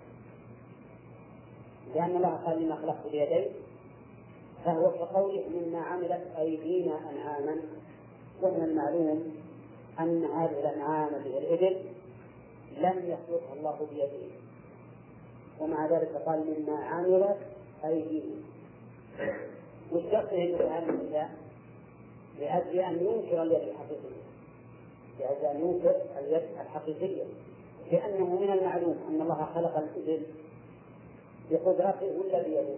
لأن الله قال لما خلقت بيدي، فهو كقوله مما عملت أيدينا أنعاما، ومن المعلوم أن هذه الأنعام هي الإبل لم يخلقها الله بيده، ومع ذلك قال مما عملت أيدينا. والشخص يجب هذا النساء لأجل أن ينكر اليد الحقيقية، لأجل أن ينكر اليد الحقيقية، لأنه من المعلوم أن الله خلق الإبل بقدرته ولا بيده؟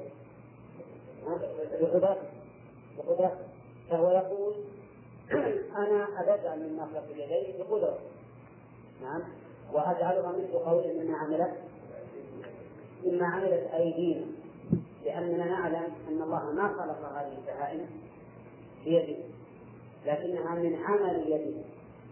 بقدرته. فهو يقول أنا أبدأ مما خلقت بيدي بقدرة، نعم، وأجعلها مثل قول مما عملت أيدينا، لأننا نعلم أن الله ما خلق هذه البهائم بيده لكنها من عمل يده،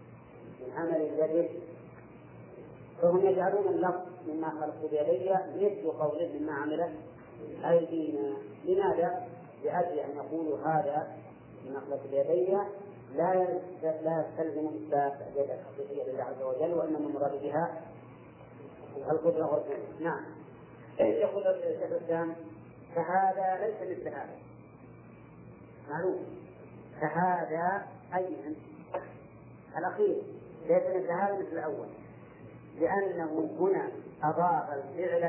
فهم يجعلون اللفظ مما خلقت بيدي مثل قول مما عملت أيدينا. لماذا؟ لأجل أن يقولوا هذا مما خلقت بيدي لا يستلزم إثبات اليد الحقيقية لله عز وجل، وإنما المراد بها القدرة والقوة. نعم. يقول الشيخ الإسلام فهذا ليس مثل هذا، معلوم، فهذا أي الأخير ليس مثل هذا مثل الأول، لأنه هنا أضاف الفعل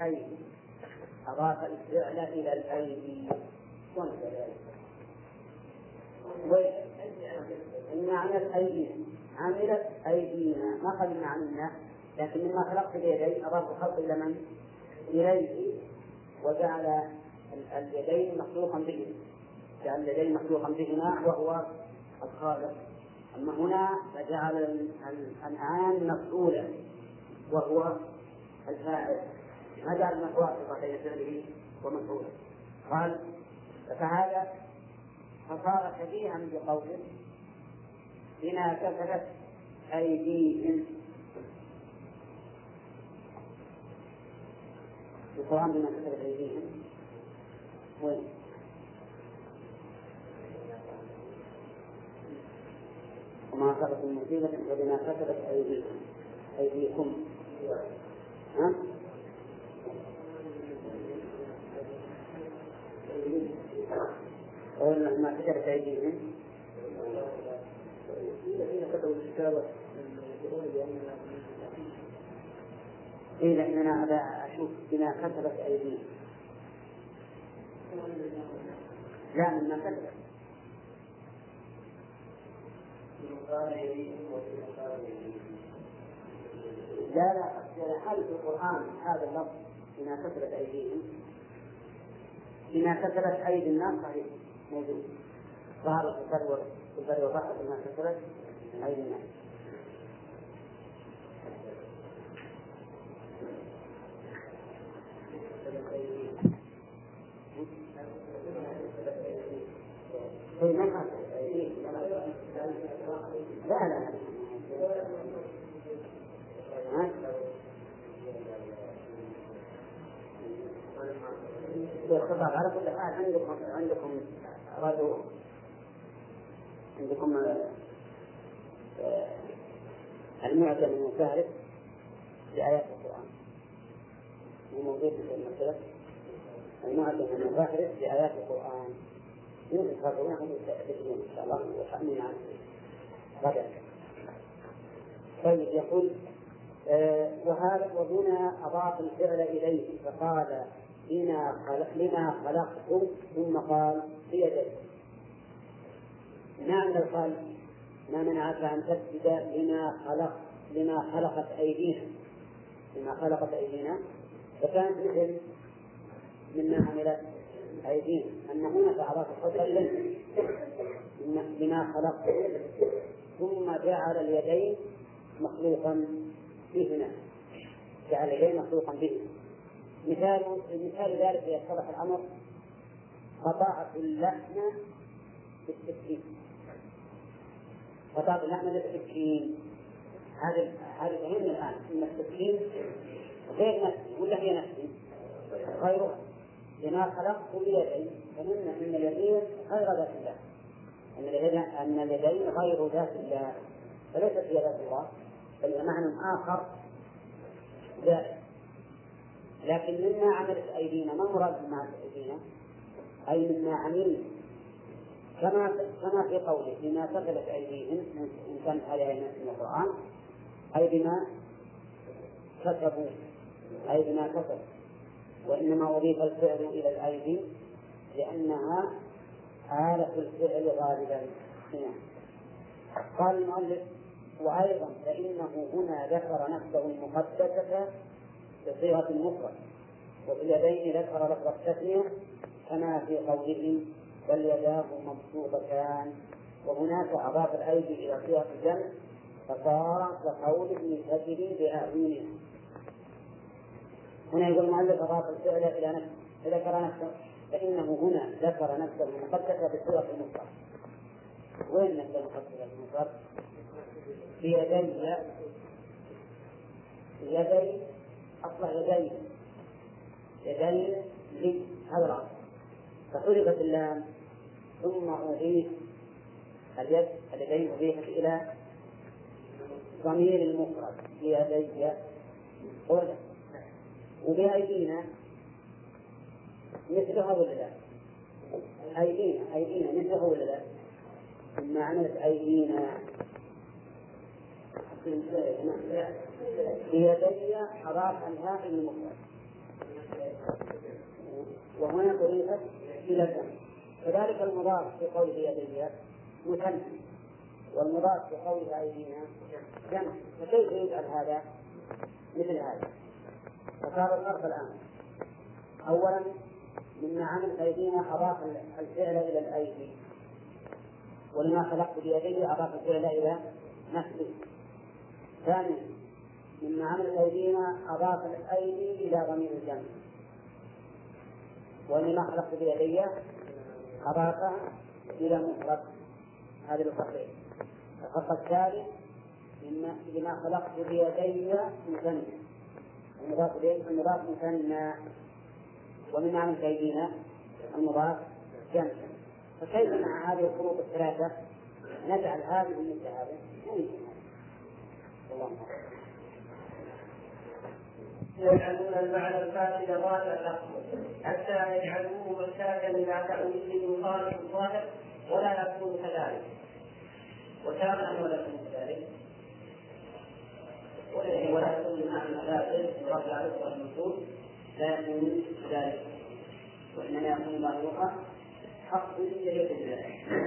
إلى الأيدي، وإن عملت أيدينا ما قلنا عملنا، لكن مما خلقت بيدي أضاف الخلق إلى من؟ إليه، وجعل اليدين مخلوقا بهما وهو الخالق. أما هنا فجعل الأنعام مفعولا وهو الفاعل، ما جعل واسطة بين فعله ومفعوله. قال فهذا فصار شبيها بقوله بما كسبت أيديهم، القرآن بما كسبت أيديهم وين؟ أصابتكم مصيبة فبما كسبت أيديكم. ها؟ قولنا ما كسبت أيديهم. إيه لأننا هذا أشوف بما كسبت أيديهم. لا مما كسبت. لا هل في القرآن هذا اللفظ بما كسبت أيديهم؟ بما كسبت أيدي الناس صحيح موجود. ظهر في البر والبحر بما كسبت أيدي الناس. لا والخطاب على كل حال عندكم رجل عندكم المعجم المفارق لآيات القرآن وموجود في المكتبة. المعجم المفارق لآيات القرآن يوجد خبرون يستأذنون إن شاء الله وحأمين عنه غدا. طيب يقول وهذا وهنا أضاف الفعل إليه فقال لما خلقت ثم قال بيدي. نعم لو قال ما منعك أن تسجد لما خلقت أيدينا فكانت مثل مما عملت أيدينا أن هنا فأضاف القدر إليه لما خلقت ثم جعل اليدين مخلوقا بهما جعل اليدين مخلوقا بهما. مثال ذلك يتضح الأمر قطعت اللحم بالسكين. قطعت اللحم بالسكين هذا فهمنا الآن أن السكين غير نفسي ولا هي نفسي غيرها. لما خلقت بيدي فهمنا أن اليدين غير ذات الله أن اليدين غير ذات الله فليست هي ذات الله بل معنى آخر ذات. لكن مما عملت أيدينا ما مراد مما عملت أيدينا أي مما عملنا كما في قوله بما كسبت أيديهم إن كانت هذه من القرآن أي بما كسبوا أي بما كسبوا. وإنما أضيف الفعل إلى الأيدي لأنها آلة الفعل غالبا. قال المؤلف وأيضا فإنه هنا ذكر نفسه المقدسة بصيغة المفرد وفي اليدين ذكر لفظ التثنية كما في قوله بل يداه مبسوطتان. وهناك أضاف الأيدي إلى صيغة الجمع فصار كقوله تجري بأعينها. هنا يقول المؤلف أضاف الفعل إلى نفسه فذكر نفسه فإنه هنا ذكر نفسه المقدسة بصيغة المفرد. وين نفسه المقدسة المفرد؟ يدي أصلح يدين لي هذا الأصل فحركت اللام ثم أضيف اليدين أضيفت إلى ضمير المفرد يدي وبأيدينا مثلها ولا لا؟ أيدينا مثلها ولا لا؟ ثم عملت أيدينا بيدي أضاف الهاء المفرد وهنا أضيفت إلى الجمع. كذلك المضاف في قوله يدي مثنى والمضاف في قوله أيدينا جمع. فكيف يجعل هذا مثل هذا؟ فصار الفرق الآن أولا مما عمل أيدينا أضاف الفعل إلى الأيدي ولما خلقت بيدي أضاف الفعل إلى نفسه. ثانيا مما عمل أيدينا أضاف الأيدي إلى ضمير الجمع ولما خلقت بيدي أضافها إلى مفرد. هذا الفرقين. الفرق الثالث لما خلقت بيدي مثنى المضاف مثنى ومن عمل أيدينا المضاف جمع. فكيف مع هذه الفروق الثلاثة نجعل هذه مثل هذا يجعلون المعنى الفاسد ظاهرا حتى يجعلوه محتاجا الى تاويل يخالف الظاهر ولا يكون كذلك. وتارة ولا يكون كذلك ولا يكون المعنى الفاسد ورجع له المنصوص لا يكون كذلك، وانما يكون مخلوقا حق يجب الله.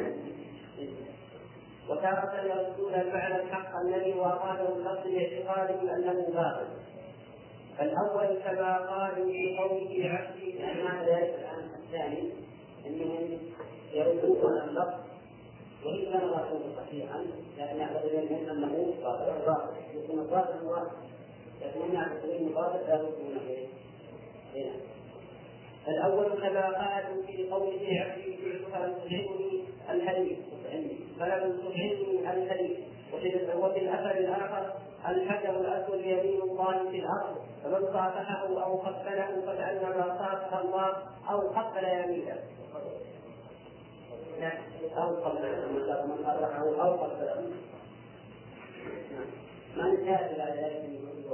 وتارة يردون المعنى الحق الذي وقاله اللفظ باعتقادهم انه باطل. فالاول كما قالوا في قوله عبدي معنى ذلك الان الثاني انهم يردون اللفظ وان كان الرسول صحيحا لكن يعتقدون منهم انه باطل يكون الباطل واحد، لكنهم يعتقدون باطل لا يردونه هنا. فالاول كما قالوا في قوله عبدي فلم تطعمني الحديث فلم تطعمني الحديث. وفي الاثر الاخر الحجر الاسود يمين الله في الارض فمن صافحه او قبله فكانما صافح الله او قبل يمينه او قبله من صافحه او قبله. ما انتهى الى ذلك من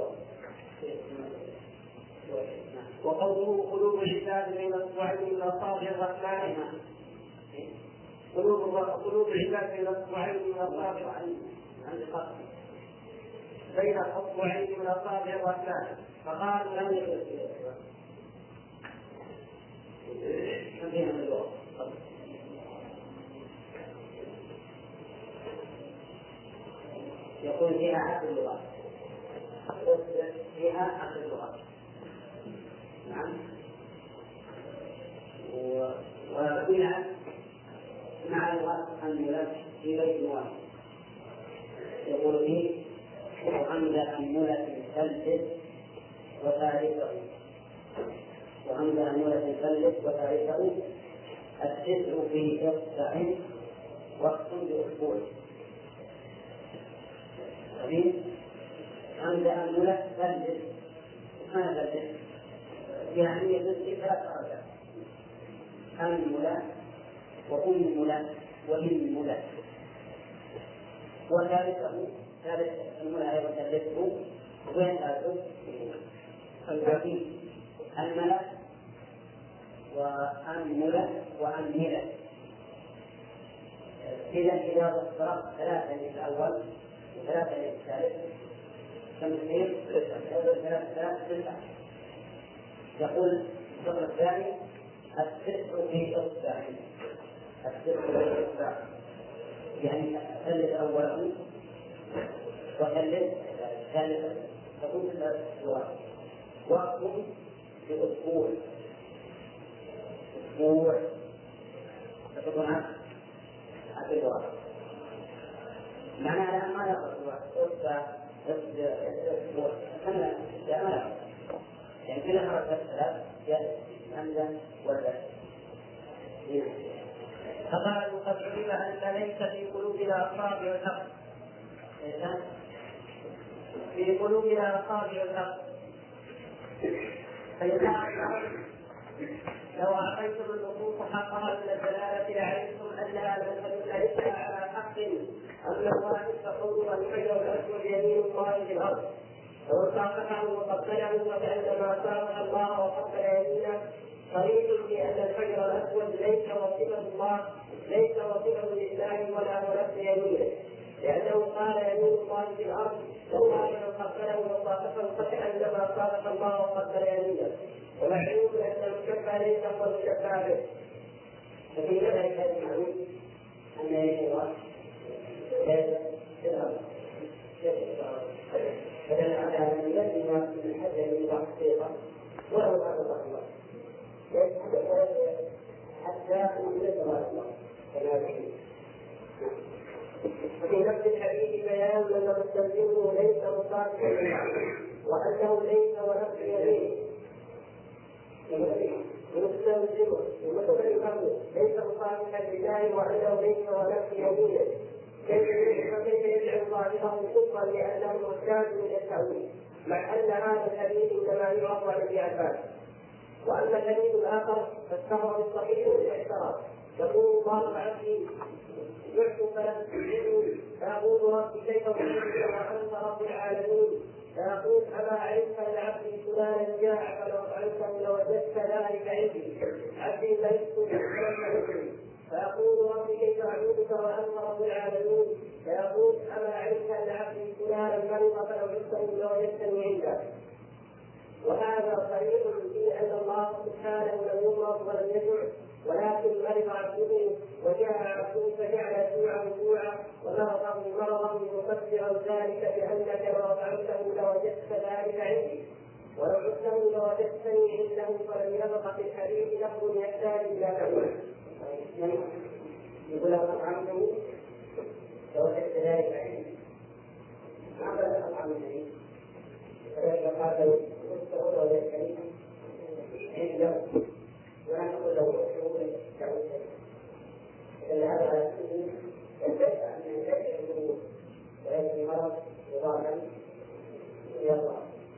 وقوله قلوب العباد بين اصبعين من اصابع الرحمن قلوب العباد بين اصبعين من اصابع بين اصبعين من اصابع الرحمن فقالوا لم يكن يقول فيها عقل اللغات فيها عقل اللغات. نعم. وفيها مع اللغات الملك في بيت واحد يقول فيه وعمد أمولة ثلث وثالثه وعمد أمولة ثلث وثالثه التسع في إصبع وقت بأسبوع. عمد أمولة ثلث ما ثلث يعني يدل ثلاث درجات أمولة وأمولة وإمولة وثالثه ثالث المولى أيضا ثالثه وين ثالثه الباقي الملك وأمولة وأمولة. إذا ضربت ثلاثة للأول وثلاثة للثالث كم يصير؟ ثلاثة. يقول الشطر الثاني التسع في إصبع يعني ثلث أوله وثلث ثالثا تكون ثلاث سورات وقت بأسبوع فتكون عشر سورات. معناها الآن ما يقصد أسبوع كم لا يعني كل حركة ثلاث جاءت همزة ولا فقالوا قد علم أن ليس في قلوبنا أصابع الحق في قلوبنا أصابع الحق لو أعطيتم النصوص حقها من الدلالة لعلمتم أنها لم تدل إلا على حق أما الواحد فقوله الحجر الأسود يمين الله في الأرض ومن صافحه وقبله وكأنما صافح الله وقبل يمينه صريح في أن الحجر الأسود ليس وصفا لله ولا ولد يمينه لأنه قال يمين الله في الأرض وقال من قبله وصافحه فكأنما صافح الله وقبل يمينه. ومعلوم أن المشبه ليس هو المشبه به. ففي ذلك المعلوم أن يشوى فدل على أن يلزم من الحجر وحقيقة ولو بعد الله حتى يلزم الله كما به. وفي نفس الحديث بيان أن مستلزمه ليس مصادقا لله وأنه ليس ونفس يمينه مستلزمه ومثل الأمر ليس مصادقا لله وأنه ليس ونفس يمينه كيف يجعل ظاهره كفرا لأنه محتاج إلى التأويل مع أن هذا الحديث كما يعرف عن ابن عباس. وأما الحديث الآخر فالسفر الصحيح والاعتراف يقول الله عبدي جعت فلم تجدوا فيقول رب كيف أحبك وأنت رب العالمين فيقول أما علمت أن عبدي فلانا جاع فلو فعلته لوجدت ذلك عندي عبدي لست فلم فيقول رب كيف أعبدك وأنت رب العالمين فيقول أما علمت أن عبدي فلانا مرض فلو عدته لوجدتني عنده. وهذا صريح في أن الله سبحانه لم يمرض ولم يجوع ولكن مرض عبده وجاء عبده فجعل جوعه جوعا ومرضه مرضا يفسر ذلك بأنك لو فعلته لوجدت ذلك عندي ولو عدته لوجدتني عنده فلم يبق في الحديث لفظ يحتاج إلى معنى. يقول لو أطعمته لوجدت ذلك عندي ماذا أطعم النبي؟ فذلك قال له وجدته لوجدتني عنده ولا نقول له إلا هذا على سبيل الدفع من الدفع الجمهور ولكن مرض يضاعف يضاعف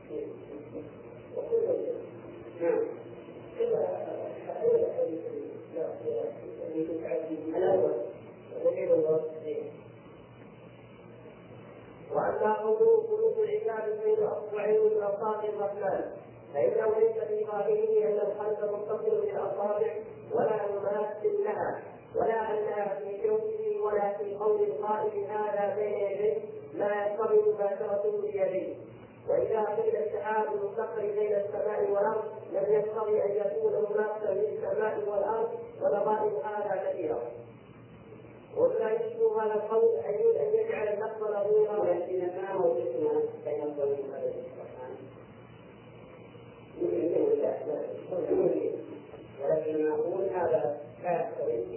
وكل نعم الأول وجد الله وأما قلوب العباد بين أصبعين من أصابع الرحمن فإنه ليس في ظاهره أن القلب متصل بالأصابع ولا مماثل لها ولا أنها في شوكه ولا في قول القائل هذا بين يديه لا يقبل مباشرته بيديه. وإذا قيل السحاب المسخر بين السماء والأرض لم يقتضي أن يكون مناقضا للسماء والأرض ونظائر هذا كثيرا. ولا يشبه هذا القول أن يجعل اللفظ نظيرا ولكن ما وجدنا بين القولين هذا ولكن نقول هذا لا يستوي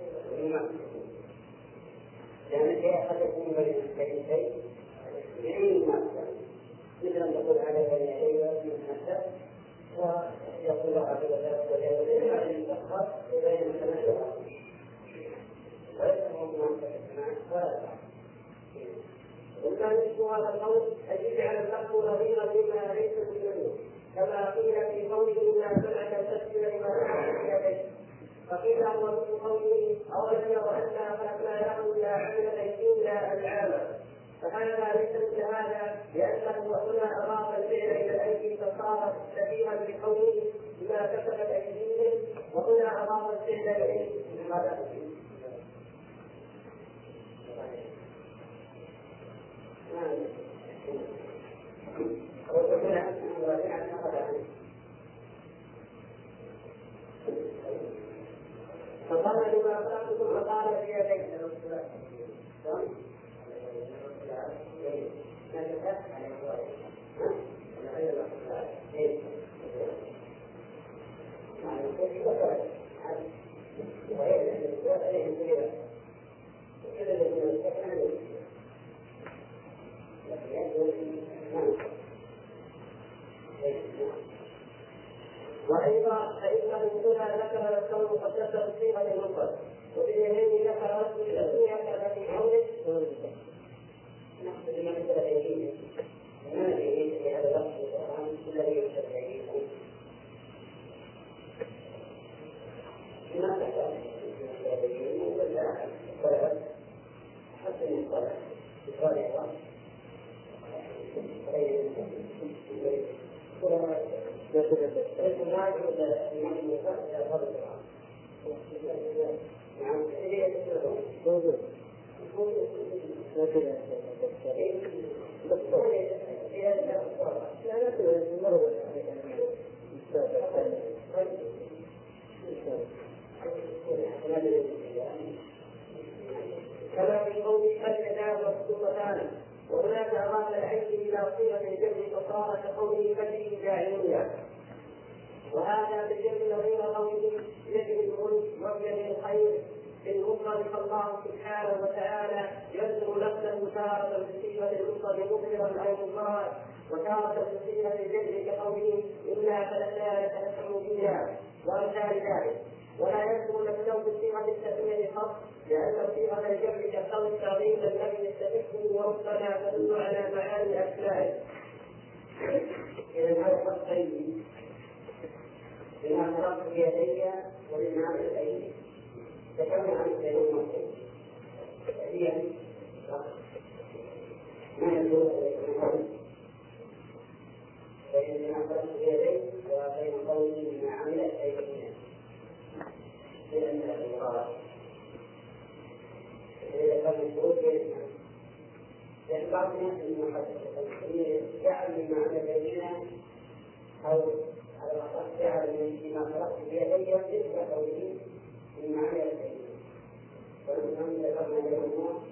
لأن الشيء قد يكون بين شيء بعين مثل أن يقول هذا بين يديه من نفسه ويقول هذا وجهه هذا المسخر بين السماء والأرض وليس هو مناسب السماء ولا الأرض. وكان يشبه هذا القول أن يجعل اللفظ نظيرا مما ليس بالجنون كما قيل في قوله إنا سمعنا تسجيل لما نحن في فقيل هو مثل قوله أولم يروا أنا خلقنا له إلا عملا أيدينا أنعاما فهذا ليس مثل هذا لأنه هنا أضاف الفعل إلى الأيدي فصارت شبيها بقوله بما كسبت أيديهم وهنا أضاف الفعل إليه هذا فقال لما أخذتكم فقال في يديك وأيضا فإنه هنا ذكر الكون قد ذكر صيغة المفرد وفي اليمين ذكر رسم التسمية كما في قوله نقصد ما مثل اليمين ما اليمين في هذا اللفظ القرآن الذي يكتب اليمين ما تحتاج إلى اليمين ولا حتى يصطلح بصالح كما في قوله اليدان مبسوطتان وهناك أضاف الأيدي إلى صيغة الجمع فصار كقوله فجر جاعليا وهذا بالجمع نظير قوله يجب الملك وبيد الخير في المفرد فالله سبحانه وتعالى يذكر نفسه تارة بصيغة المفرد مظهرا أو مظهرا وتارة بصيغة الجمع كقوله إنا فلسالك نفسه فيها وأمثال ذلك ولا يذكر نفسه بصيغة التسمية خاص لأن صيغة الجمع كالقول التعظيم الذي يستحقه وربما تدل على معاني أسمائه. إذا هذا التقييد بما ترك بيدي وبمعنى الأيدي تكلم عن الدليل هي ما يدل بين ما خلق بيديه وبين قوله ما عمل أيدينا لأن الإقرار إذا كان الشروط بيدنا لأن بعض الناس جعل ما عمل أيدينا أو على الأخص جعل ما خلقت بيديه مثل قوله ما عمل أيدينا ونحن ذكرنا بينهما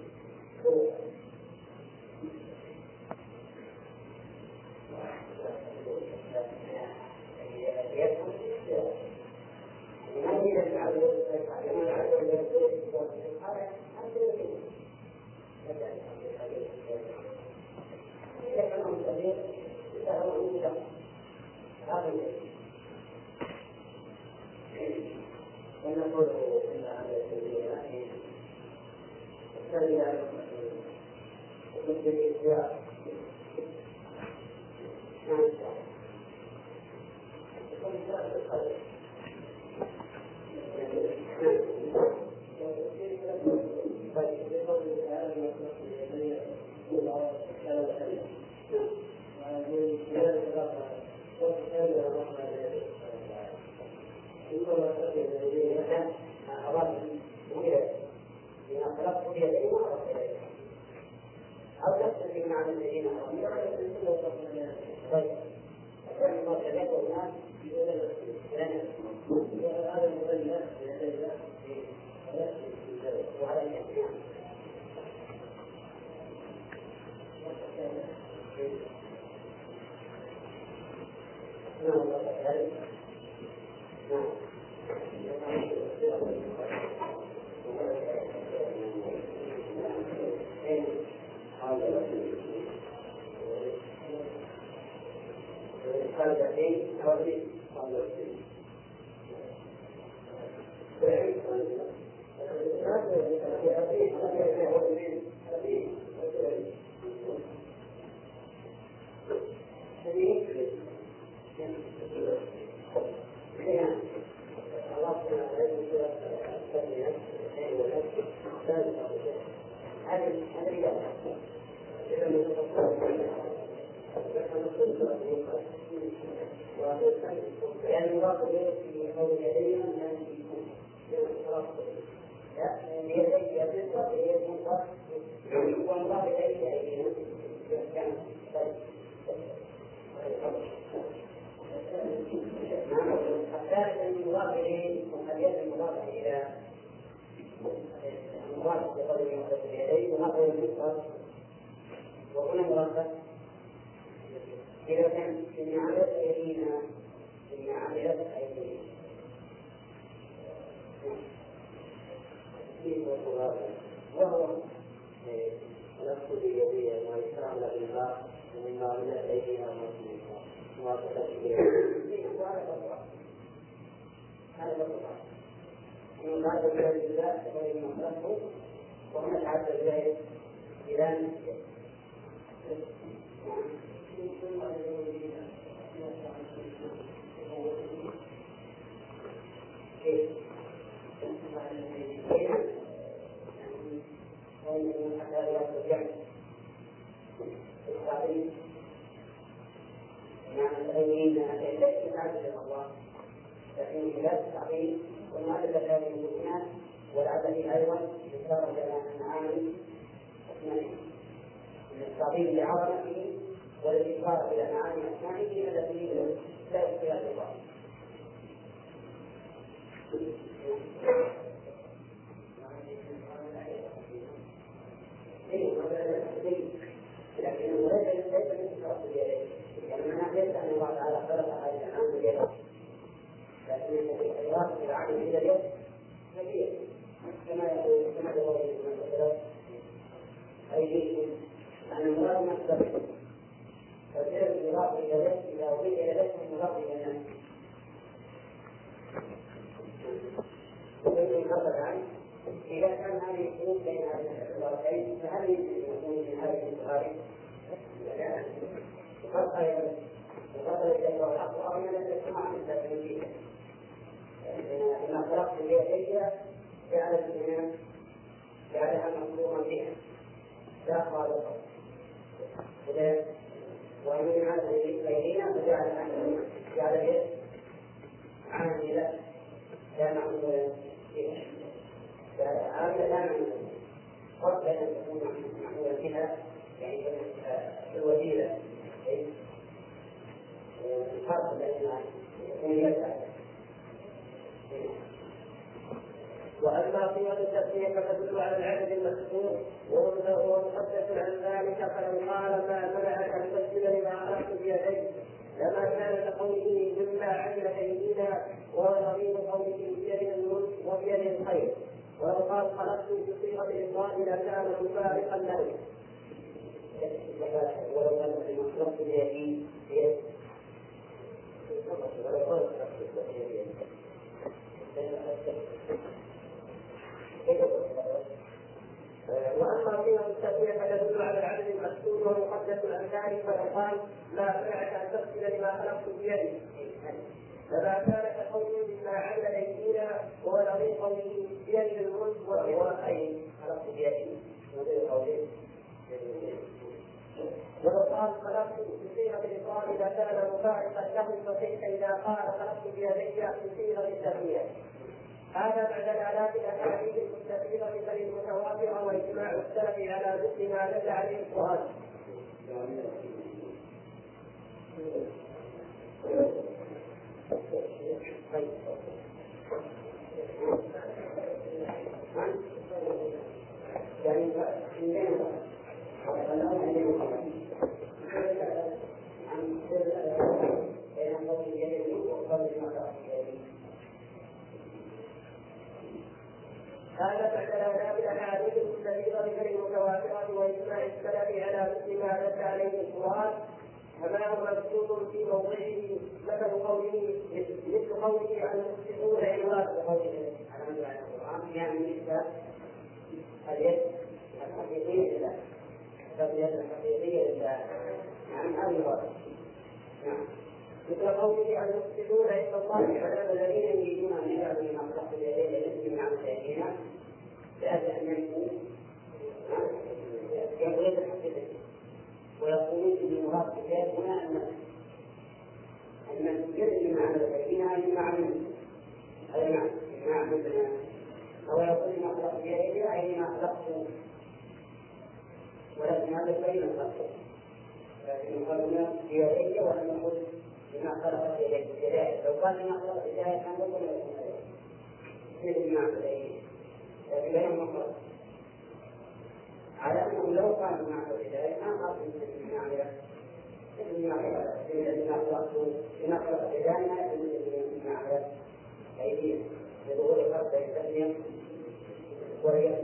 وهنا مرافق إذا كان إن عملت أيدينا إن عملت أيدينا وهو نفس اليدية ويستعمل بالماء ومما عملت أيدينا موافقة هذا الصفات من بعد ذلك الله غير مخلصه وهنا تعدى ذلك إلى نفسه لكن لا تستعطيه والمؤلف هذه المؤمنات والعدد أيضا إشارة إلى معاني أسمائه من التعظيم لعظمته والإشارة إلى معاني أسمائه التي لا اختلاف الله. لكن ليس من شرط اليدين، يعني من ليس أن الله تعالى خلق هذه الأعمال بيده، لكن الإضافة إلى عمل إلى اليد كبير كما يقول مثلا أيديكم أن المراد نفسه فالفعل الإضافة إلى اليد إذا أضيف إلى اليد المضاف إلى النفس ومن خطر عنه إذا كان هذه الشروط بين هذه العبارتين فهل يكون من هذه البخاري؟ وقد وقد يجب الحق أو من الإسماع من التنفيذ لما خلقت بيدي جعلها مخلوقا بها لا خالقا، ومن هذا غيرنا فجعلها عاملة لا معمولا بها، عاملة لا معمولا، فرق بين أن تكون معمولا بها يعني الوسيلة، فرق بين أن يكون. وأما صيغة التسمية فتدل على العدد المذكور وهو مقدس عن ذلك، فلو قال ما منعك أن تسجد لما خلقت بيديك لما كان كقوله مما عمل أيدينا، وهو نظير قوله بيد الملك وبيد الخير، ولو قال خلقت بصيغة الإضراب لكان مفارقا له. ولو قال خلقت بيدي وأما صيغة التسمية فتدل على العدد المذكور ومقدس عن ذلك، فلو قال ما منعك أن تغسل لما خلقت بيدي لما كان كقوله مما عمل أيدينا، وهو نظير قوله بيد الملك والخير خلقت بيدي، ولو قال خلقت بصيغة الإفراد إذا كان مفارقا له، فكيف إذا قال خلقت بيدي بصيغة التسمية؟ هذا بعد الآلاف الأحاديث المستفيضة بل المتواترة وإجماع السلف على مثل ما دل عليه القرآن. هذا بعد الآلاف الأحاديث المستفيضة بل المتواترة وإجماع السلف على مثل ما دل عليه القرآن، كما هو مكتوب في موضعه مثل قوله عن المسلمون عباد قوله على القرآن يعني مثل اليد الحقيقية لله، اليد الحقيقية لله يعني هذه الغرض. نعم، مثل قوله عن المسلمون عند الله على الذين يريدون أن يجعلوا من أخلاق اليدين لنسل من عمل أيدينا لأجل أن يكونوا يبغيض الحقيقة ويقولون بالمراد بذلك هنا أن يجب من عمل أيدينا مما عملنا، أي نعم ما عملنا، أو يقول ما خلق بيدي أي ما خلقته، ولكن هذا بين الخلق، لكن قالنا بيدي ولم يقل بما خلق بيدي. لو قال بما خلق بيدي كان يقول مثل ما عمل أيدينا، لكن بينهم مخلص على أنه لو قال بما خلق بيدي ما قال بما عمل بما خلق بيدي ما يقول بما عمل أيدينا، لظهور الفرق بين التسمية واليد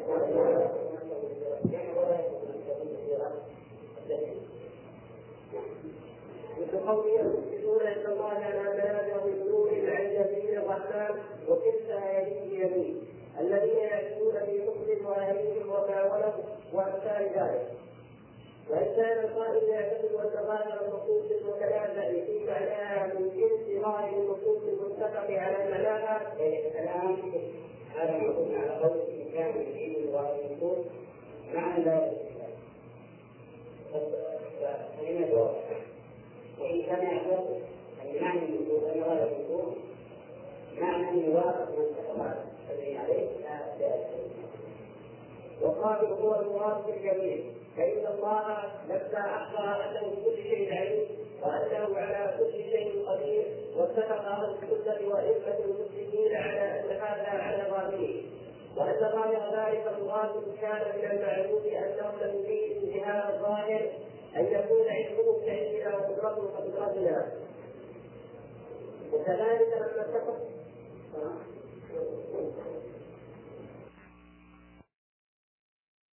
مثل قوله المسلمون عند الله على منابر من نور عن يمين الرحمن وكلتا يديه يمين، الذين يعيشون في حكم واهلهم وما ولوا وامثال ذلك. وإن كان القائل يعتقد أن ظاهر النصوص المتنازع في معناها من جنس ظاهر النصوص المتفق على معناها، الآن هذا يكون على قول إن كان من علم ظاهر النصوص معنى لا يجوز، وإن كان يعتقد أن معنى النصوص أن ظاهر النصوص معنى يوافق من اتفق عليه لا. وقالوا هو المراد بالجميع، فإن الله لما أخبر أنه بكل شيء عليم وأنه على كل شيء قدير، واتفق أهل السنة وأئمة المسلمين على أن هذا على ظاهره، وأن ظاهر ذلك المراد كان من المعلوم أنه لم يريد انتهاء الظاهر أن يكون علمه كعلمنا وقدرته كقدرتنا. وكذلك لما اتفق